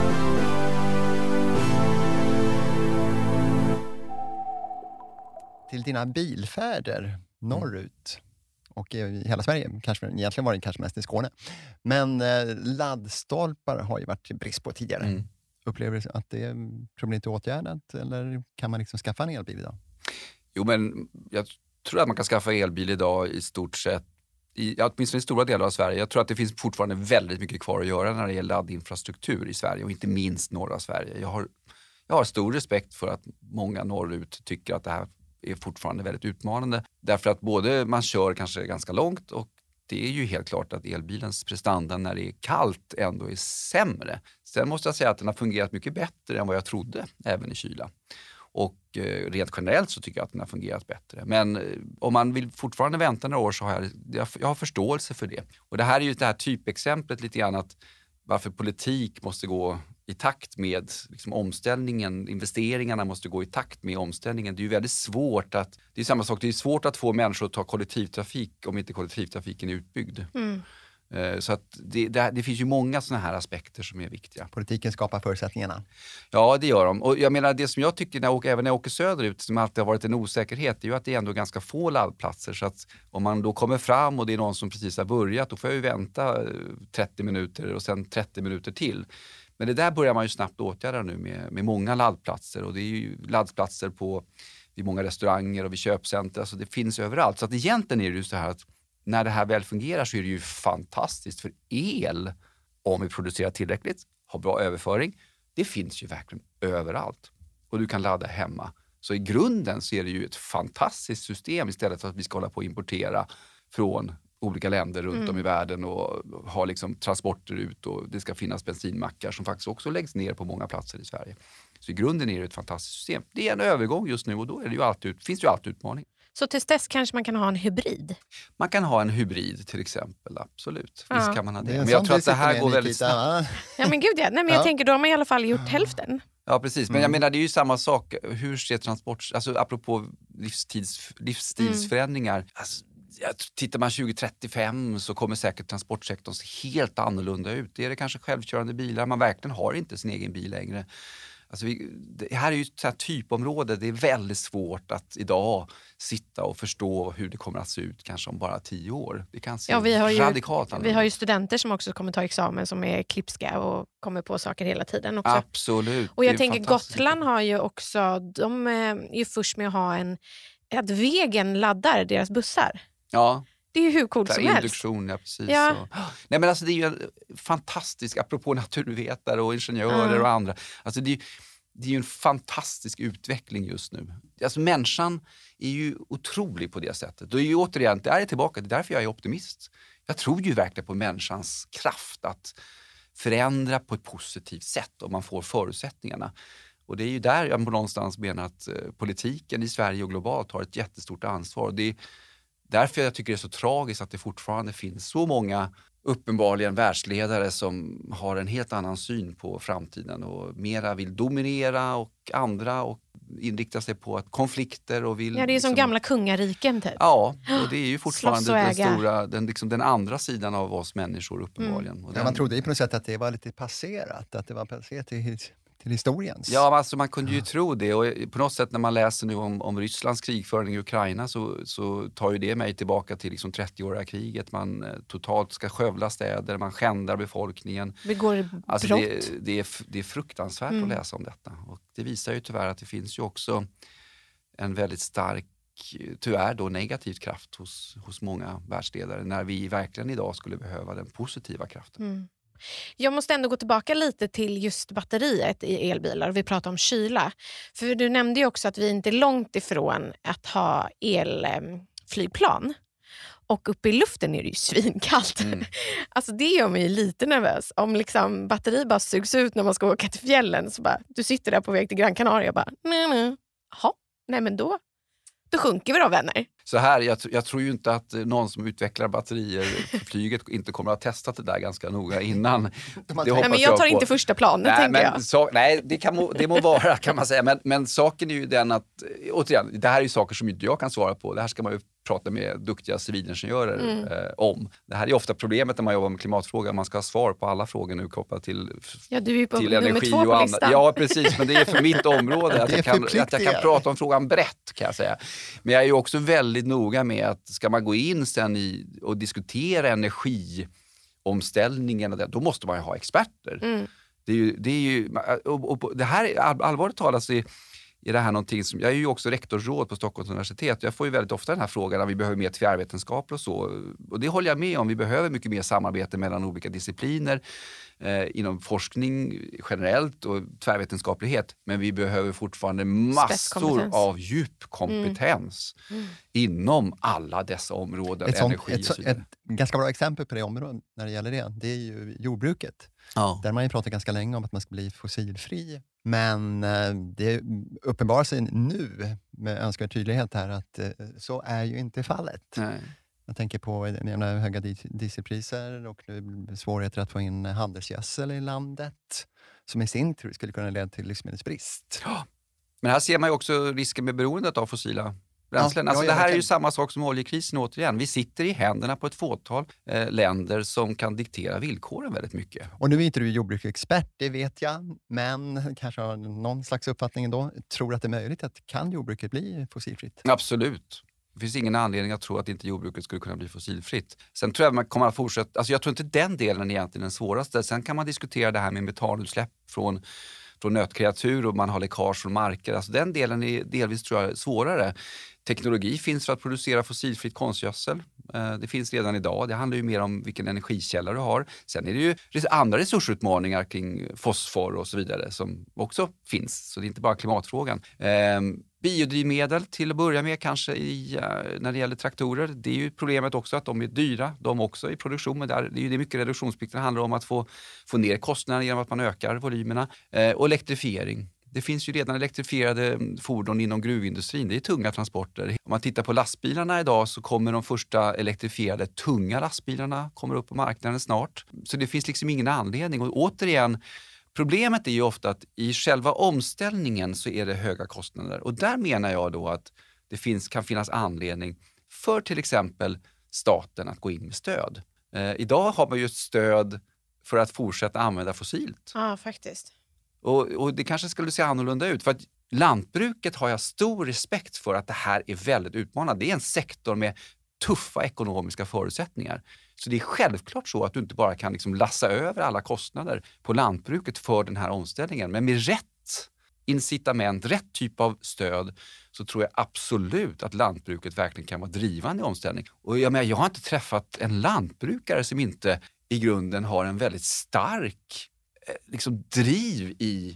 Till dina bilfärder norrut och i hela Sverige, kanske, egentligen var det kanske mest i Skåne. Men eh, laddstolpar har ju varit brist på tidigare. Mm. Upplever du att det är problemet åtgärdat eller kan man liksom skaffa en elbil idag? Jo, men jag tror att man kan skaffa elbil idag i stort sett i, åtminstone i stora delar av Sverige. Jag tror att det finns fortfarande väldigt mycket kvar att göra när det gäller laddinfrastruktur i Sverige och inte minst norra Sverige. Jag har, jag har stor respekt för att många norrut tycker att det här är fortfarande väldigt utmanande. Därför att både man kör kanske ganska långt och det är ju helt klart att elbilens prestanda när det är kallt ändå är sämre. Sen måste jag säga att den har fungerat mycket bättre än vad jag trodde, även i kyla. Och eh, rent generellt så tycker jag att den har fungerat bättre. Men eh, om man vill fortfarande vänta några år så har jag, jag, jag har förståelse för det. Och det här är ju det här typexemplet lite grann att varför politik måste gå i takt med liksom, omställningen, investeringarna måste gå i takt med omställningen. Det är ju väldigt svårt att, det är samma sak, det är svårt att få människor att ta kollektivtrafik om inte kollektivtrafiken är utbyggd. Mm. Så att det, det, det finns ju många sådana här aspekter som är viktiga. Politiken skapar förutsättningarna. Ja, det gör de. Och jag menar, det som jag tycker, när jag åker, även när jag åker söderut, som alltid har varit en osäkerhet, det är ju att det är ändå ganska få laddplatser. Så att om man då kommer fram och det är någon som precis har börjat, då får jag ju vänta trettio minuter och sen trettio minuter till. Men det där börjar man ju snabbt åtgärda nu med, med många laddplatser. Och det är ju laddplatser på vid många restauranger och vid köpcenter. Alltså det finns överallt. Så att egentligen är det ju så här att när det här väl fungerar så är det ju fantastiskt för el om vi producerar tillräckligt, har bra överföring. Det finns ju verkligen överallt. Och du kan ladda hemma. Så i grunden så är det ju ett fantastiskt system istället för att vi ska hålla på att importera från olika länder runt mm. om i världen och ha liksom transporter ut och det ska finnas bensinmackar som faktiskt också läggs ner på många platser i Sverige. Så i grunden är det ett fantastiskt system. Det är en övergång just nu och då är det ju alltid, finns det ju alltid utmaning. Så tills dess kanske man kan ha en hybrid? Man kan ha en hybrid till exempel, absolut. Ja. Visst kan man ha det. det men jag tror att det här går väldigt snabbt. Ja men gud ja. Nej, men jag ja. tänker då har man i alla fall gjort hälften. Ja precis, men mm. jag menar det är ju samma sak. Hur ser transport, alltså apropå livstids, livsstilsförändringar. Mm. Alltså, tittar man tjugo trettiofem så kommer säkert transportsektorn se helt annorlunda ut. Det är det kanske självkörande bilar. Man verkligen har inte sin egen bil längre. Alltså vi, det här är ju ett så här typområde. Det är väldigt svårt att idag sitta och förstå hur det kommer att se ut kanske om bara tio år. Det kan se ja, vi har ju, radikalt annorlunda. Vi har ju studenter som också kommer ta examen som är klipska och kommer på saker hela tiden också. Absolut. Och jag tänker Gotland har ju också, de är ju först med att ha en, att vägen laddar deras bussar. Ja. Det är ju hur coolt som helst. Induktion, ja precis. Ja. Så. Nej men alltså det är ju fantastiskt, apropå naturvetare och ingenjörer mm. och andra. Alltså det är, det är ju en fantastisk utveckling just nu. Alltså människan är ju otrolig på det sättet. Och är ju återigen, det är tillbaka, det är därför jag är optimist. Jag tror ju verkligen på människans kraft att förändra på ett positivt sätt om man får förutsättningarna. Och det är ju där jag någonstans menar att politiken i Sverige och globalt har ett jättestort ansvar. Och det är därför jag tycker det är så tragiskt att det fortfarande finns så många uppenbarligen världsledare som har en helt annan syn på framtiden och mera vill dominera och andra och inrikta sig på att konflikter och vill... Ja, det är som liksom, gamla kungariken typ. Ja, och det är ju fortfarande den, äga. stora, den, liksom, den andra sidan av oss människor uppenbarligen. Mm. Och Ja, den, man trodde ju på något sätt att det var lite passerat, att det var passerat till, till historiens. Ja, alltså man kunde ju tro det och på något sätt när man läser nu om, om Rysslands krigföring i Ukraina så, så tar ju det mig tillbaka till liksom trettioåriga kriget. Man eh, totalt ska skövla städer, man skändar befolkningen. Begår alltså brott. det, det, är, det är fruktansvärt mm. att läsa om detta. Och det visar ju tyvärr att det finns ju också en väldigt stark, tyvärr då negativ kraft hos, hos många världsledare när vi verkligen idag skulle behöva den positiva kraften. Mm. Jag måste ändå gå tillbaka lite till just batteriet i elbilar och vi pratar om kyla. För du nämnde ju också att vi inte är långt ifrån att ha elflygplan. Och uppe i luften är det ju svinkallt. Mm. Alltså det gör mig lite nervös. Om liksom batteri bara sugs ut när man ska åka till fjällen så bara, du sitter där på väg till Gran Canaria och bara, nej nej. Jaha, nej men då, då sjunker vi då vänner. Så här, jag, jag tror ju inte att någon som utvecklar batterier för flyget inte kommer att ha testat det där ganska noga innan. Det nej, men jag tar jag inte första planen, nej, tänker men, jag. Så, nej, det, kan må, det må vara kan man säga. Men, men saken är ju den att, återigen, det här är ju saker som inte jag kan svara på. Det här ska man ju prata med duktiga civilingenjörer mm. eh, om. Det här är ofta problemet när man jobbar med klimatfrågor. Man ska ha svar på alla frågor nu kopplat till, ja, du är på till nummer energi två på och listan. annat. Ja, precis. Men det är för mitt område att jag, kan, att jag kan prata om frågan brett, kan jag säga. Men jag är ju också väldigt noga med att ska man gå in sen i och diskutera energiomställningen, då måste man ju ha experter. Mm. Det är ju, det är ju, och, och det här är allvarligt talat så är, är det här någonting som, jag är ju också rektorsråd på Stockholms universitet. Jag får ju väldigt ofta den här frågan att vi behöver mer tvärvetenskap och så. Och det håller jag med om. Vi behöver mycket mer samarbete mellan olika discipliner eh, inom forskning generellt och tvärvetenskaplighet. Men vi behöver fortfarande massor av djupkompetens mm. Mm. inom alla dessa områden. Ett, sånt, energi ett, och så vidare. ett ganska bra exempel på det området när det gäller det, det är ju jordbruket. Ja. Där man ju pratar ganska länge om att man ska bli fossilfri. Men eh, det uppenbarar sig nu med önskvärd tydlighet här att eh, så är ju inte fallet. Nej. Jag tänker på menar, höga dieselpriser och nu svårigheter att få in handelsgödsel i landet som i sin tur skulle kunna leda till livsmedelsbrist. Ja. Men här ser man ju också risken med beroendet av fossila bränslen. Ja, alltså ja, det här verkligen. är ju samma sak som oljekrisen återigen. Vi sitter i händerna på ett fåtal eh, länder som kan diktera villkoren väldigt mycket. Och nu är inte du jordbruksexpert, det vet jag. Men kanske har någon slags uppfattning ändå. Tror att det är möjligt att kan jordbruket bli fossilfritt? Absolut. Det finns ingen anledning att tro att inte jordbruket skulle kunna bli fossilfritt. Sen tror jag man kommer att fortsätta, alltså jag tror inte den delen är egentligen den svåraste. Sen kan man diskutera det här med metanutsläpp från från nötkreatur och man har läckage från marker. Alltså den delen är delvis tror jag svårare. Teknologi finns för att producera fossilfritt konstgödsel. Det finns redan idag. Det handlar ju mer om vilken energikälla du har. Sen är det ju andra resursutmaningar kring fosfor och så vidare som också finns. Så det är inte bara klimatfrågan. Biodrivmedel till att börja med kanske i, när det gäller traktorer. Det är ju problemet också att de är dyra. De också i produktion. Men där, det är ju det mycket reduktionsplikten handlar om att få, få ner kostnaderna genom att man ökar volymerna. Eh, och elektrifiering. Det finns ju redan elektrifierade fordon inom gruvindustrin. Det är tunga transporter. Om man tittar på lastbilarna idag så kommer de första elektrifierade tunga lastbilarna kommer upp på marknaden snart. Så det finns liksom ingen anledning. Och återigen, problemet är ju ofta att i själva omställningen så är det höga kostnader. Och där menar jag då att det finns, kan finnas anledning för till exempel staten att gå in med stöd. Eh, idag har man ju ett stöd för att fortsätta använda fossilt. Ja, faktiskt. Och, och det kanske skulle se annorlunda ut. För att lantbruket har jag stor respekt för att det här är väldigt utmanande. Det är en sektor med tuffa ekonomiska förutsättningar. Så det är självklart så att du inte bara kan liksom lassa över alla kostnader på lantbruket för den här omställningen. Men med rätt incitament, rätt typ av stöd så tror jag absolut att lantbruket verkligen kan vara drivande i omställning. Och jag menar, jag har inte träffat en lantbrukare som inte i grunden har en väldigt stark liksom driv i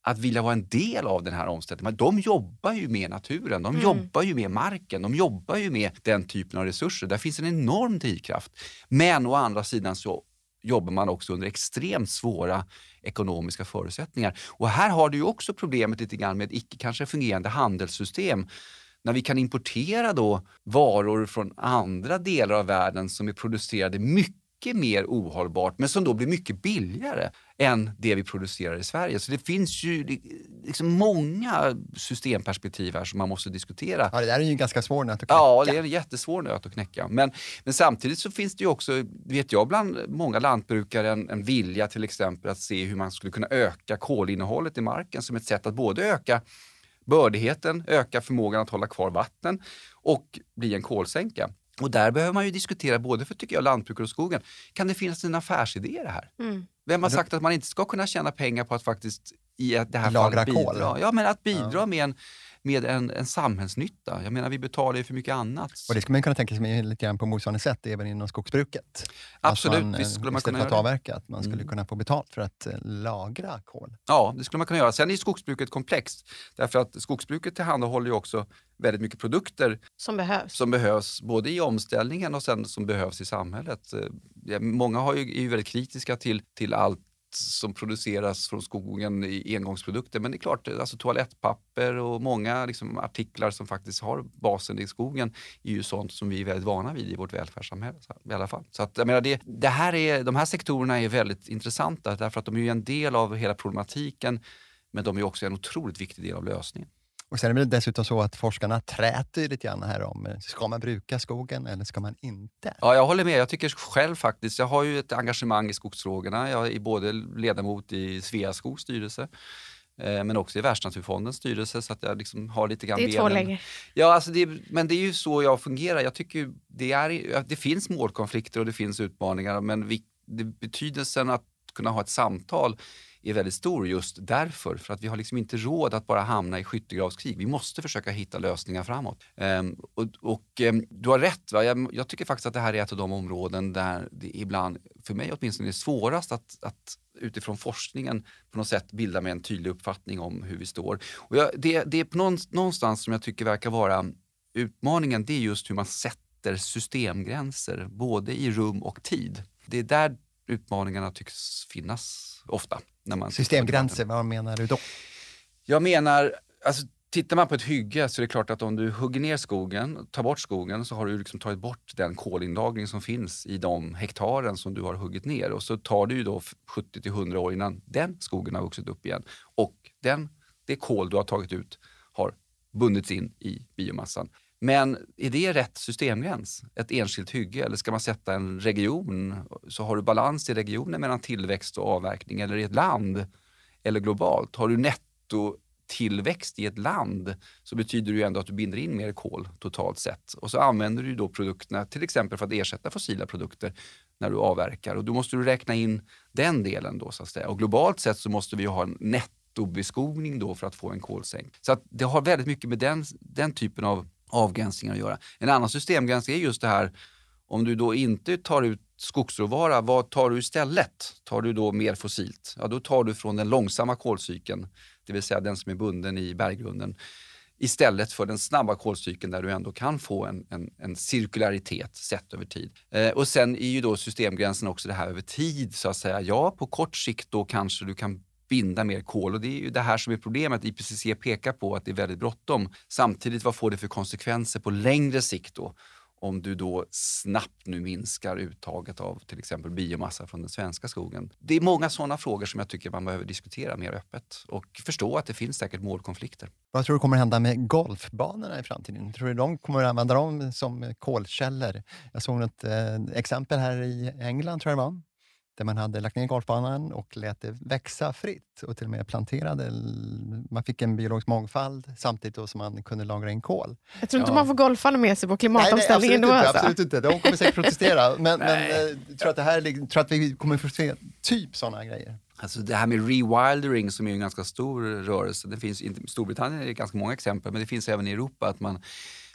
att vilja vara en del av den här omställningen. De jobbar ju med naturen, de Mm. jobbar ju med marken, de jobbar ju med den typen av resurser. Där finns en enorm drivkraft. Men å andra sidan så jobbar man också under extremt svåra ekonomiska förutsättningar. Och här har du ju också problemet lite grann med ett icke kanske fungerande handelssystem. När vi kan importera då varor från andra delar av världen som är producerade mycket mer ohållbart, men som då blir mycket billigare än det vi producerar i Sverige. Så det finns ju liksom många systemperspektiv här som man måste diskutera. Ja, det där är ju en ganska svår nöt att knäcka. Ja, det är en jättesvår nöt att knäcka. Men, men samtidigt så finns det ju också, vet jag, bland många lantbrukare en, en vilja till exempel att se hur man skulle kunna öka kolinnehållet i marken som ett sätt att både öka bördigheten, öka förmågan att hålla kvar vatten och bli en kolsänka. Och där behöver man ju diskutera både för, tycker jag, lantbrukare och skogen. Kan det finnas en affärsidé i det här? Mm. Vem har sagt att man inte ska kunna tjäna pengar på att faktiskt i det här lagra fallet bidra? kol? Ja, men att bidra Ja. med, en, med en, en samhällsnytta. Jag menar, vi betalar ju för mycket annat. Och det skulle man kunna tänka sig lite grann på motsvarande sätt även inom skogsbruket. Absolut, att man, visst skulle man kunna istället för göra att det. avverka, att man skulle Mm. kunna få betalt för att eh, lagra kol. Ja, det skulle man kunna göra. Sen är skogsbruket komplext. Därför att skogsbruket tillhandahåller ju också väldigt mycket produkter Som behövs. som behövs både i omställningen och sen som behövs i samhället. Eh, Många har ju, är ju väldigt kritiska till, till allt som produceras från skogen i engångsprodukter. Men det är klart, alltså toalettpapper och många liksom, artiklar som faktiskt har basen i skogen är ju sånt som vi är väldigt vana vid i vårt välfärdssamhälle i alla fall. Så att, jag menar, det, det här är, de här sektorerna är väldigt intressanta därför att de är ju en del av hela problematiken, men de är också en otroligt viktig del av lösningen. Och sen är det väl dessutom så att forskarna träter lite grann här om, ska man bruka skogen eller ska man inte? Ja, jag håller med. Jag tycker själv faktiskt, jag har ju ett engagemang i skogsfrågorna. Jag är både ledamot i Sveaskogs styrelse eh, men också i Världsnaturfondens styrelse, så att jag liksom har lite grann Det är två benen. läger. Ja, alltså det, men det är ju så jag fungerar. Jag tycker ju det, är, det finns målkonflikter och det finns utmaningar, men vi, det, betydelsen att kunna ha ett samtal är väldigt stor just därför. För att vi har liksom inte råd att bara hamna i skyttegravskrig. Vi måste försöka hitta lösningar framåt. Um, och och um, du har rätt. Va? Jag, jag tycker faktiskt att det här är ett av de områden där det ibland, för mig åtminstone, är svårast att, att utifrån forskningen på något sätt bilda med en tydlig uppfattning om hur vi står. Och jag, det, det är på någonstans som jag tycker verkar vara utmaningen. Det är just hur man sätter systemgränser både i rum och tid. Det är där utmaningarna tycks finnas ofta. När man Systemgränser, vad menar du då? Jag menar, alltså tittar man på ett hygge så är det klart att om du hugger ner skogen, tar bort skogen, så har du liksom tagit bort den kolinlagring som finns i de hektaren som du har huggit ner. Och så tar det ju då sjuttio till hundra år innan den skogen har vuxit upp igen. Och den, det kol du har tagit ut har bundits in i biomassan. Men är det rätt systemgräns? Ett enskilt hygge? Eller ska man sätta en region? Så har du balans i regionen mellan tillväxt och avverkning, eller i ett land? Eller globalt? Har du netto tillväxt i ett land, så betyder det ju ändå att du binder in mer kol totalt sett. Och så använder du då produkterna till exempel för att ersätta fossila produkter när du avverkar. Och då måste du räkna in den delen då, så att säga. Och globalt sett så måste vi ju ha en nettobeskogning då för att få en kolsänk. Så att det har väldigt mycket med den, den typen av avgränsningar att göra. En annan systemgräns är just det här, om du då inte tar ut skogsråvara, vad tar du istället? Tar du då mer fossilt? Ja, då tar du från den långsamma kolcykeln, det vill säga den som är bunden i berggrunden, istället för den snabba kolcykeln där du ändå kan få en, en, en cirkularitet sett över tid. Eh, och sen är ju då systemgränsen också det här över tid, så att säga. Ja, på kort sikt då kanske du kan binda mer kol, och det är ju det här som är problemet. I P C C pekar på att det är väldigt bråttom. Samtidigt, vad får det för konsekvenser på längre sikt då? Om du då snabbt nu minskar uttaget av till exempel biomassa från den svenska skogen. Det är många sådana frågor som jag tycker man behöver diskutera mer öppet och förstå att det finns säkert målkonflikter. Vad tror du kommer hända med golfbanorna i framtiden? Tror du de kommer att använda dem som kolkällor? Jag såg ett eh, exempel här i England, tror jag det var, där man hade lagt ner golfbanan och lät det växa fritt och till och med planterade. Man fick en biologisk mångfald samtidigt då som man kunde lagra in kol. Jag tror inte Ja. man får golfarna med sig på klimatomställningen nej, då. nej, Alltså. absolut inte. De kommer säkert protestera. Men, men eh, tror, att det här, tror att vi kommer få se typ sådana grejer. Alltså det här med rewildering, som är en ganska stor rörelse. Det finns inte, i Storbritannien är det ganska många exempel, men det finns även i Europa att man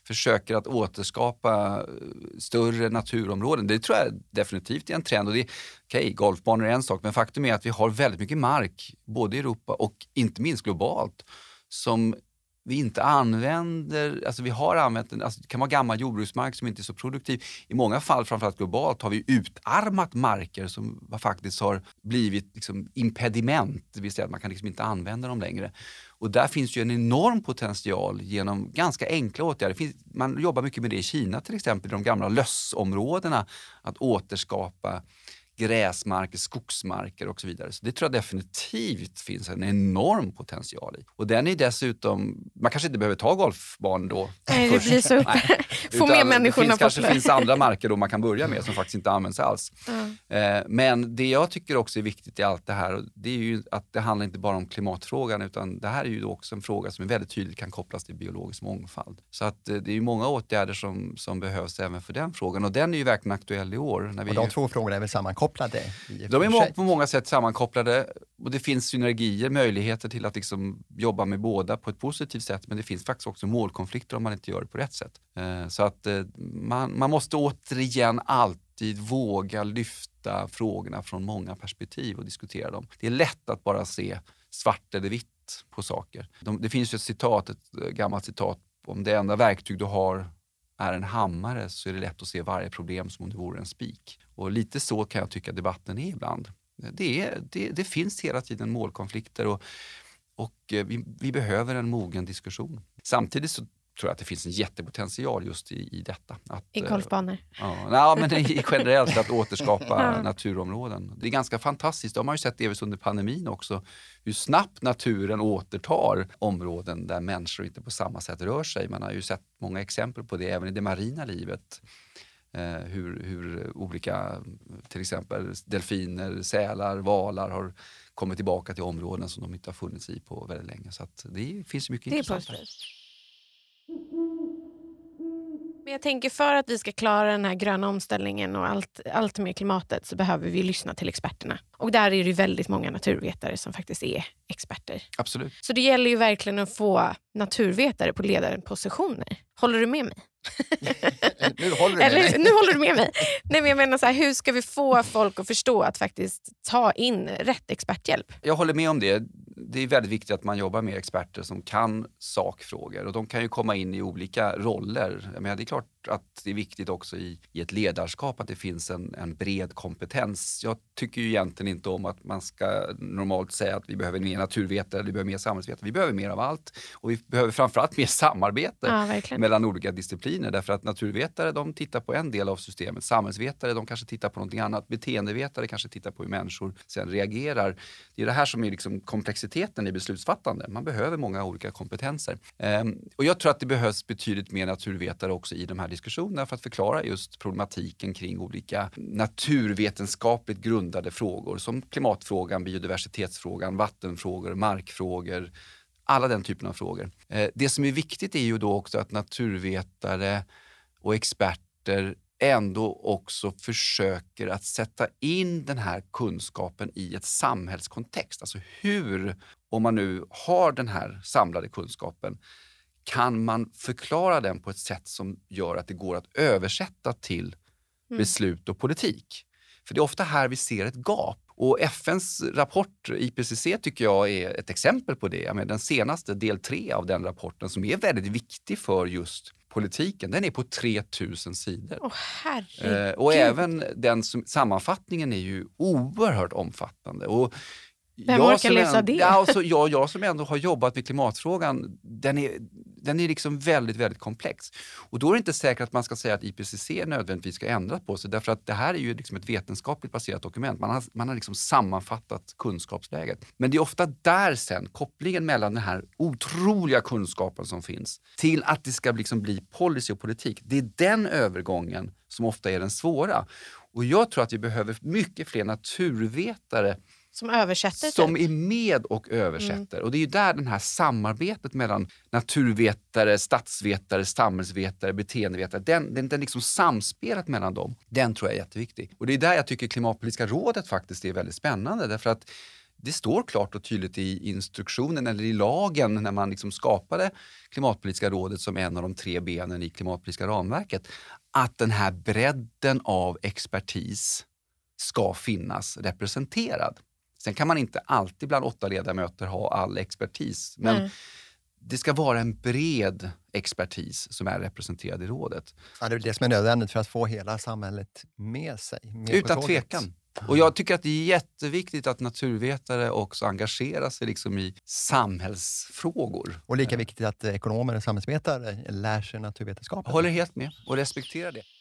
försöker att återskapa större naturområden. Det tror jag definitivt är en trend. Och det är, okej, golfbanor är en sak, men faktum är att vi har väldigt mycket mark, både i Europa och inte minst globalt, som vi inte använder, alltså vi har använt den, alltså det kan vara gammal jordbruksmark som inte är så produktiv. I många fall, framförallt globalt, har vi utarmat marker som faktiskt har blivit liksom impediment, det vill säga att man kan liksom inte använda dem längre. Och där finns ju en enorm potential genom ganska enkla åtgärder. Finns, man jobbar mycket med det i Kina till exempel, i de gamla lössområdena, att återskapa gräsmarker, skogsmarker och så vidare. Så det tror jag definitivt finns en enorm potential i. Och den är dessutom, man kanske inte behöver ta golfban då. Nej, det blir så. Nej. Få med människorna det finns, på kanske finns andra marker då man kan börja med som faktiskt inte används alls. Mm. Eh, men det jag tycker också är viktigt i allt det här, det är ju att det handlar inte bara om klimatfrågan, utan det här är ju också en fråga som är väldigt tydligt kan kopplas till biologisk mångfald. Så att eh, det är ju många åtgärder som, som behövs även för den frågan. Och den är ju verkligen aktuell i år. När vi och de ju... två frågorna är väl sammankopplade? De är må- på många sätt sammankopplade och det finns synergier, möjligheter till att liksom jobba med båda på ett positivt sätt, men det finns faktiskt också målkonflikter om man inte gör det på rätt sätt. Eh, så att eh, man, man måste återigen alltid våga lyfta frågorna från många perspektiv och diskutera dem. Det är lätt att bara se svart eller vitt på saker. De, det finns ju ett citat, ett gammalt citat, om det enda verktyg du har är en hammare så är det lätt att se varje problem som om det vore en spik. Och lite så kan jag tycka debatten är ibland. Det, är, det, det finns hela tiden målkonflikter och, och vi, vi behöver en mogen diskussion. Samtidigt så tror jag att det finns en jättepotential just i, i detta. Att, I golfbanor? Ja, ja, men i, generellt att återskapa ja. naturområden. Det är ganska fantastiskt. De har ju sett det under pandemin också. Hur snabbt naturen återtar områden där människor inte på samma sätt rör sig. Man har ju sett många exempel på det även i det marina livet. Eh, hur, hur olika, till exempel delfiner, sälar, valar har kommit tillbaka till områden som de inte har funnits i på väldigt länge. Så att det finns mycket det intressant. Är Men jag tänker för att vi ska klara den här gröna omställningen och allt, allt med klimatet så behöver vi lyssna till experterna. Och där är det väldigt många naturvetare som faktiskt är experter. Absolut. Så det gäller ju verkligen att få naturvetare på ledarpositioner. Håller du med mig? nu håller du med Eller, mig. Nu håller du med mig. Nej, men jag menar så här, hur ska vi få folk att förstå att faktiskt ta in rätt experthjälp? Jag håller med om det. Det är väldigt viktigt att man jobbar med experter som kan sakfrågor och de kan ju komma in i olika roller. Jag menar, det är klart att det är viktigt också i, i ett ledarskap att det finns en, en bred kompetens. Jag tycker ju egentligen inte om att man ska normalt säga att vi behöver mer naturvetare, vi behöver mer samhällsvetare. Vi behöver mer av allt och vi behöver framförallt mer samarbete ja, mellan olika discipliner. Därför att naturvetare, de tittar på en del av systemet. Samhällsvetare, de kanske tittar på någonting annat. Beteendevetare kanske tittar på hur människor sen reagerar. Det är det här som är liksom komplexiteten i beslutsfattande. Man behöver många olika kompetenser. Ehm, och jag tror att det behövs betydligt mer naturvetare också i de här diskussionerna för att förklara just problematiken kring olika naturvetenskapligt grundade frågor som klimatfrågan, biodiversitetsfrågan, vattenfrågor, markfrågor, alla den typen av frågor. Eh, det som är viktigt är ju då också att naturvetare och experter ändå också försöker att sätta in den här kunskapen i ett samhällskontext. Alltså hur, om man nu har den här samlade kunskapen, kan man förklara den på ett sätt som gör att det går att översätta till mm. beslut och politik. För det är ofta här vi ser ett gap. Och F N:s rapport I P C C tycker jag är ett exempel på det. Jag menar, den senaste del tre av den rapporten som är väldigt viktig för just politiken, den är på tre tusen sidor. Åh, herregud. Eh, och även den som, sammanfattningen är ju oerhört omfattande. Och Vem orkar läsa en, det? Ja, alltså jag, jag som ändå har jobbat med klimatfrågan, den är, den är liksom väldigt, väldigt komplex. Och då är det inte säkert att man ska säga att I P C C nödvändigtvis ska ändra på sig. Därför att det här är ju liksom ett vetenskapligt baserat dokument. Man har, man har liksom sammanfattat kunskapsläget. Men det är ofta där sen, kopplingen mellan den här otroliga kunskapen som finns till att det ska liksom bli policy och politik. Det är den övergången som ofta är den svåra. Och jag tror att vi behöver mycket fler naturvetare Som översätter? Som typ. är med och översätter. Mm. Och det är ju där den här samarbetet mellan naturvetare, statsvetare, samhällsvetare, beteendevetare, den, den, den liksom samspelet mellan dem, den tror jag är jätteviktig. Och det är där jag tycker Klimatpolitiska rådet faktiskt är väldigt spännande. Därför att det står klart och tydligt i instruktionen eller i lagen när man liksom skapade Klimatpolitiska rådet som en av de tre benen i klimatpolitiska ramverket, att den här bredden av expertis ska finnas representerad. Sen kan man inte alltid bland åtta ledamöter ha all expertis, men mm. det ska vara en bred expertis som är representerad i rådet. Ja, det är det som är nödvändigt för att få hela samhället med sig. Med Utan tvekan. Och jag tycker att det är jätteviktigt att naturvetare också engagerar sig liksom i samhällsfrågor. Och lika viktigt att ekonomer och samhällsvetare lär sig naturvetenskap. Jag håller helt med och respekterar det.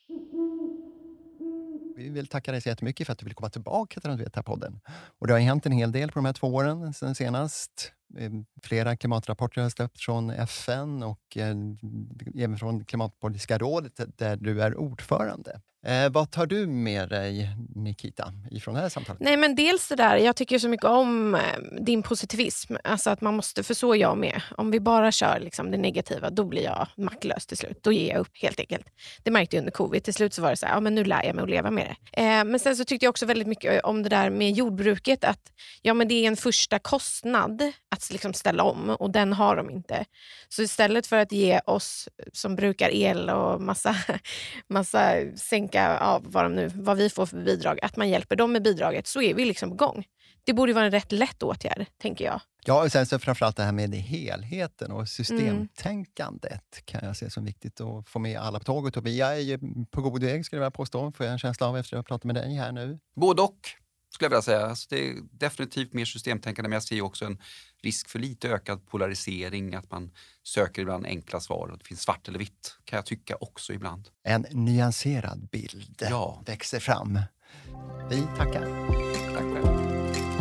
Vi vill tacka dig så jättemycket för att du vill komma tillbaka till Naturvetarpodden. Och det har hänt en hel del på de här två åren sedan senast. Flera klimatrapporter har släppts från F N och eh, även från Klimatpolitiska rådet där du är ordförande. Eh, vad tar du med dig, Nikita, ifrån det här samtalet? Nej, men dels det där, jag tycker så mycket om eh, din positivism. Alltså att man måste, för så jag med. Om vi bara kör liksom det negativa, då blir jag maktlös till slut. Då ger jag upp helt enkelt. Det märkte jag under covid. Till slut så var det så här, ja men nu lär jag mig att leva med det. Eh, men sen så tyckte jag också väldigt mycket om det där med jordbruket. Att ja men det är en första kostnad att liksom ställa om och den har de inte. Så istället för att ge oss som brukar el och massa, massa sänka av vad, de nu, vad vi får för bidrag, att man hjälper dem med bidraget, så är vi liksom på gång. Det borde vara en rätt lätt åtgärd, tänker jag. Ja, och sen så framförallt det här med helheten och systemtänkandet mm. kan jag se som viktigt att få med alla på tåget. Och vi är ju på god väg, skulle jag påstå, får jag en känsla av efter att jag pratat med dig här nu. Både och, skulle jag vilja säga. Alltså det är definitivt mer systemtänkande, men jag ser också en risk för lite ökad polarisering, att man söker ibland enkla svar och det finns svart eller vitt, kan jag tycka också ibland. En nyanserad bild ja. växer fram. Vi tackar. Tack själv.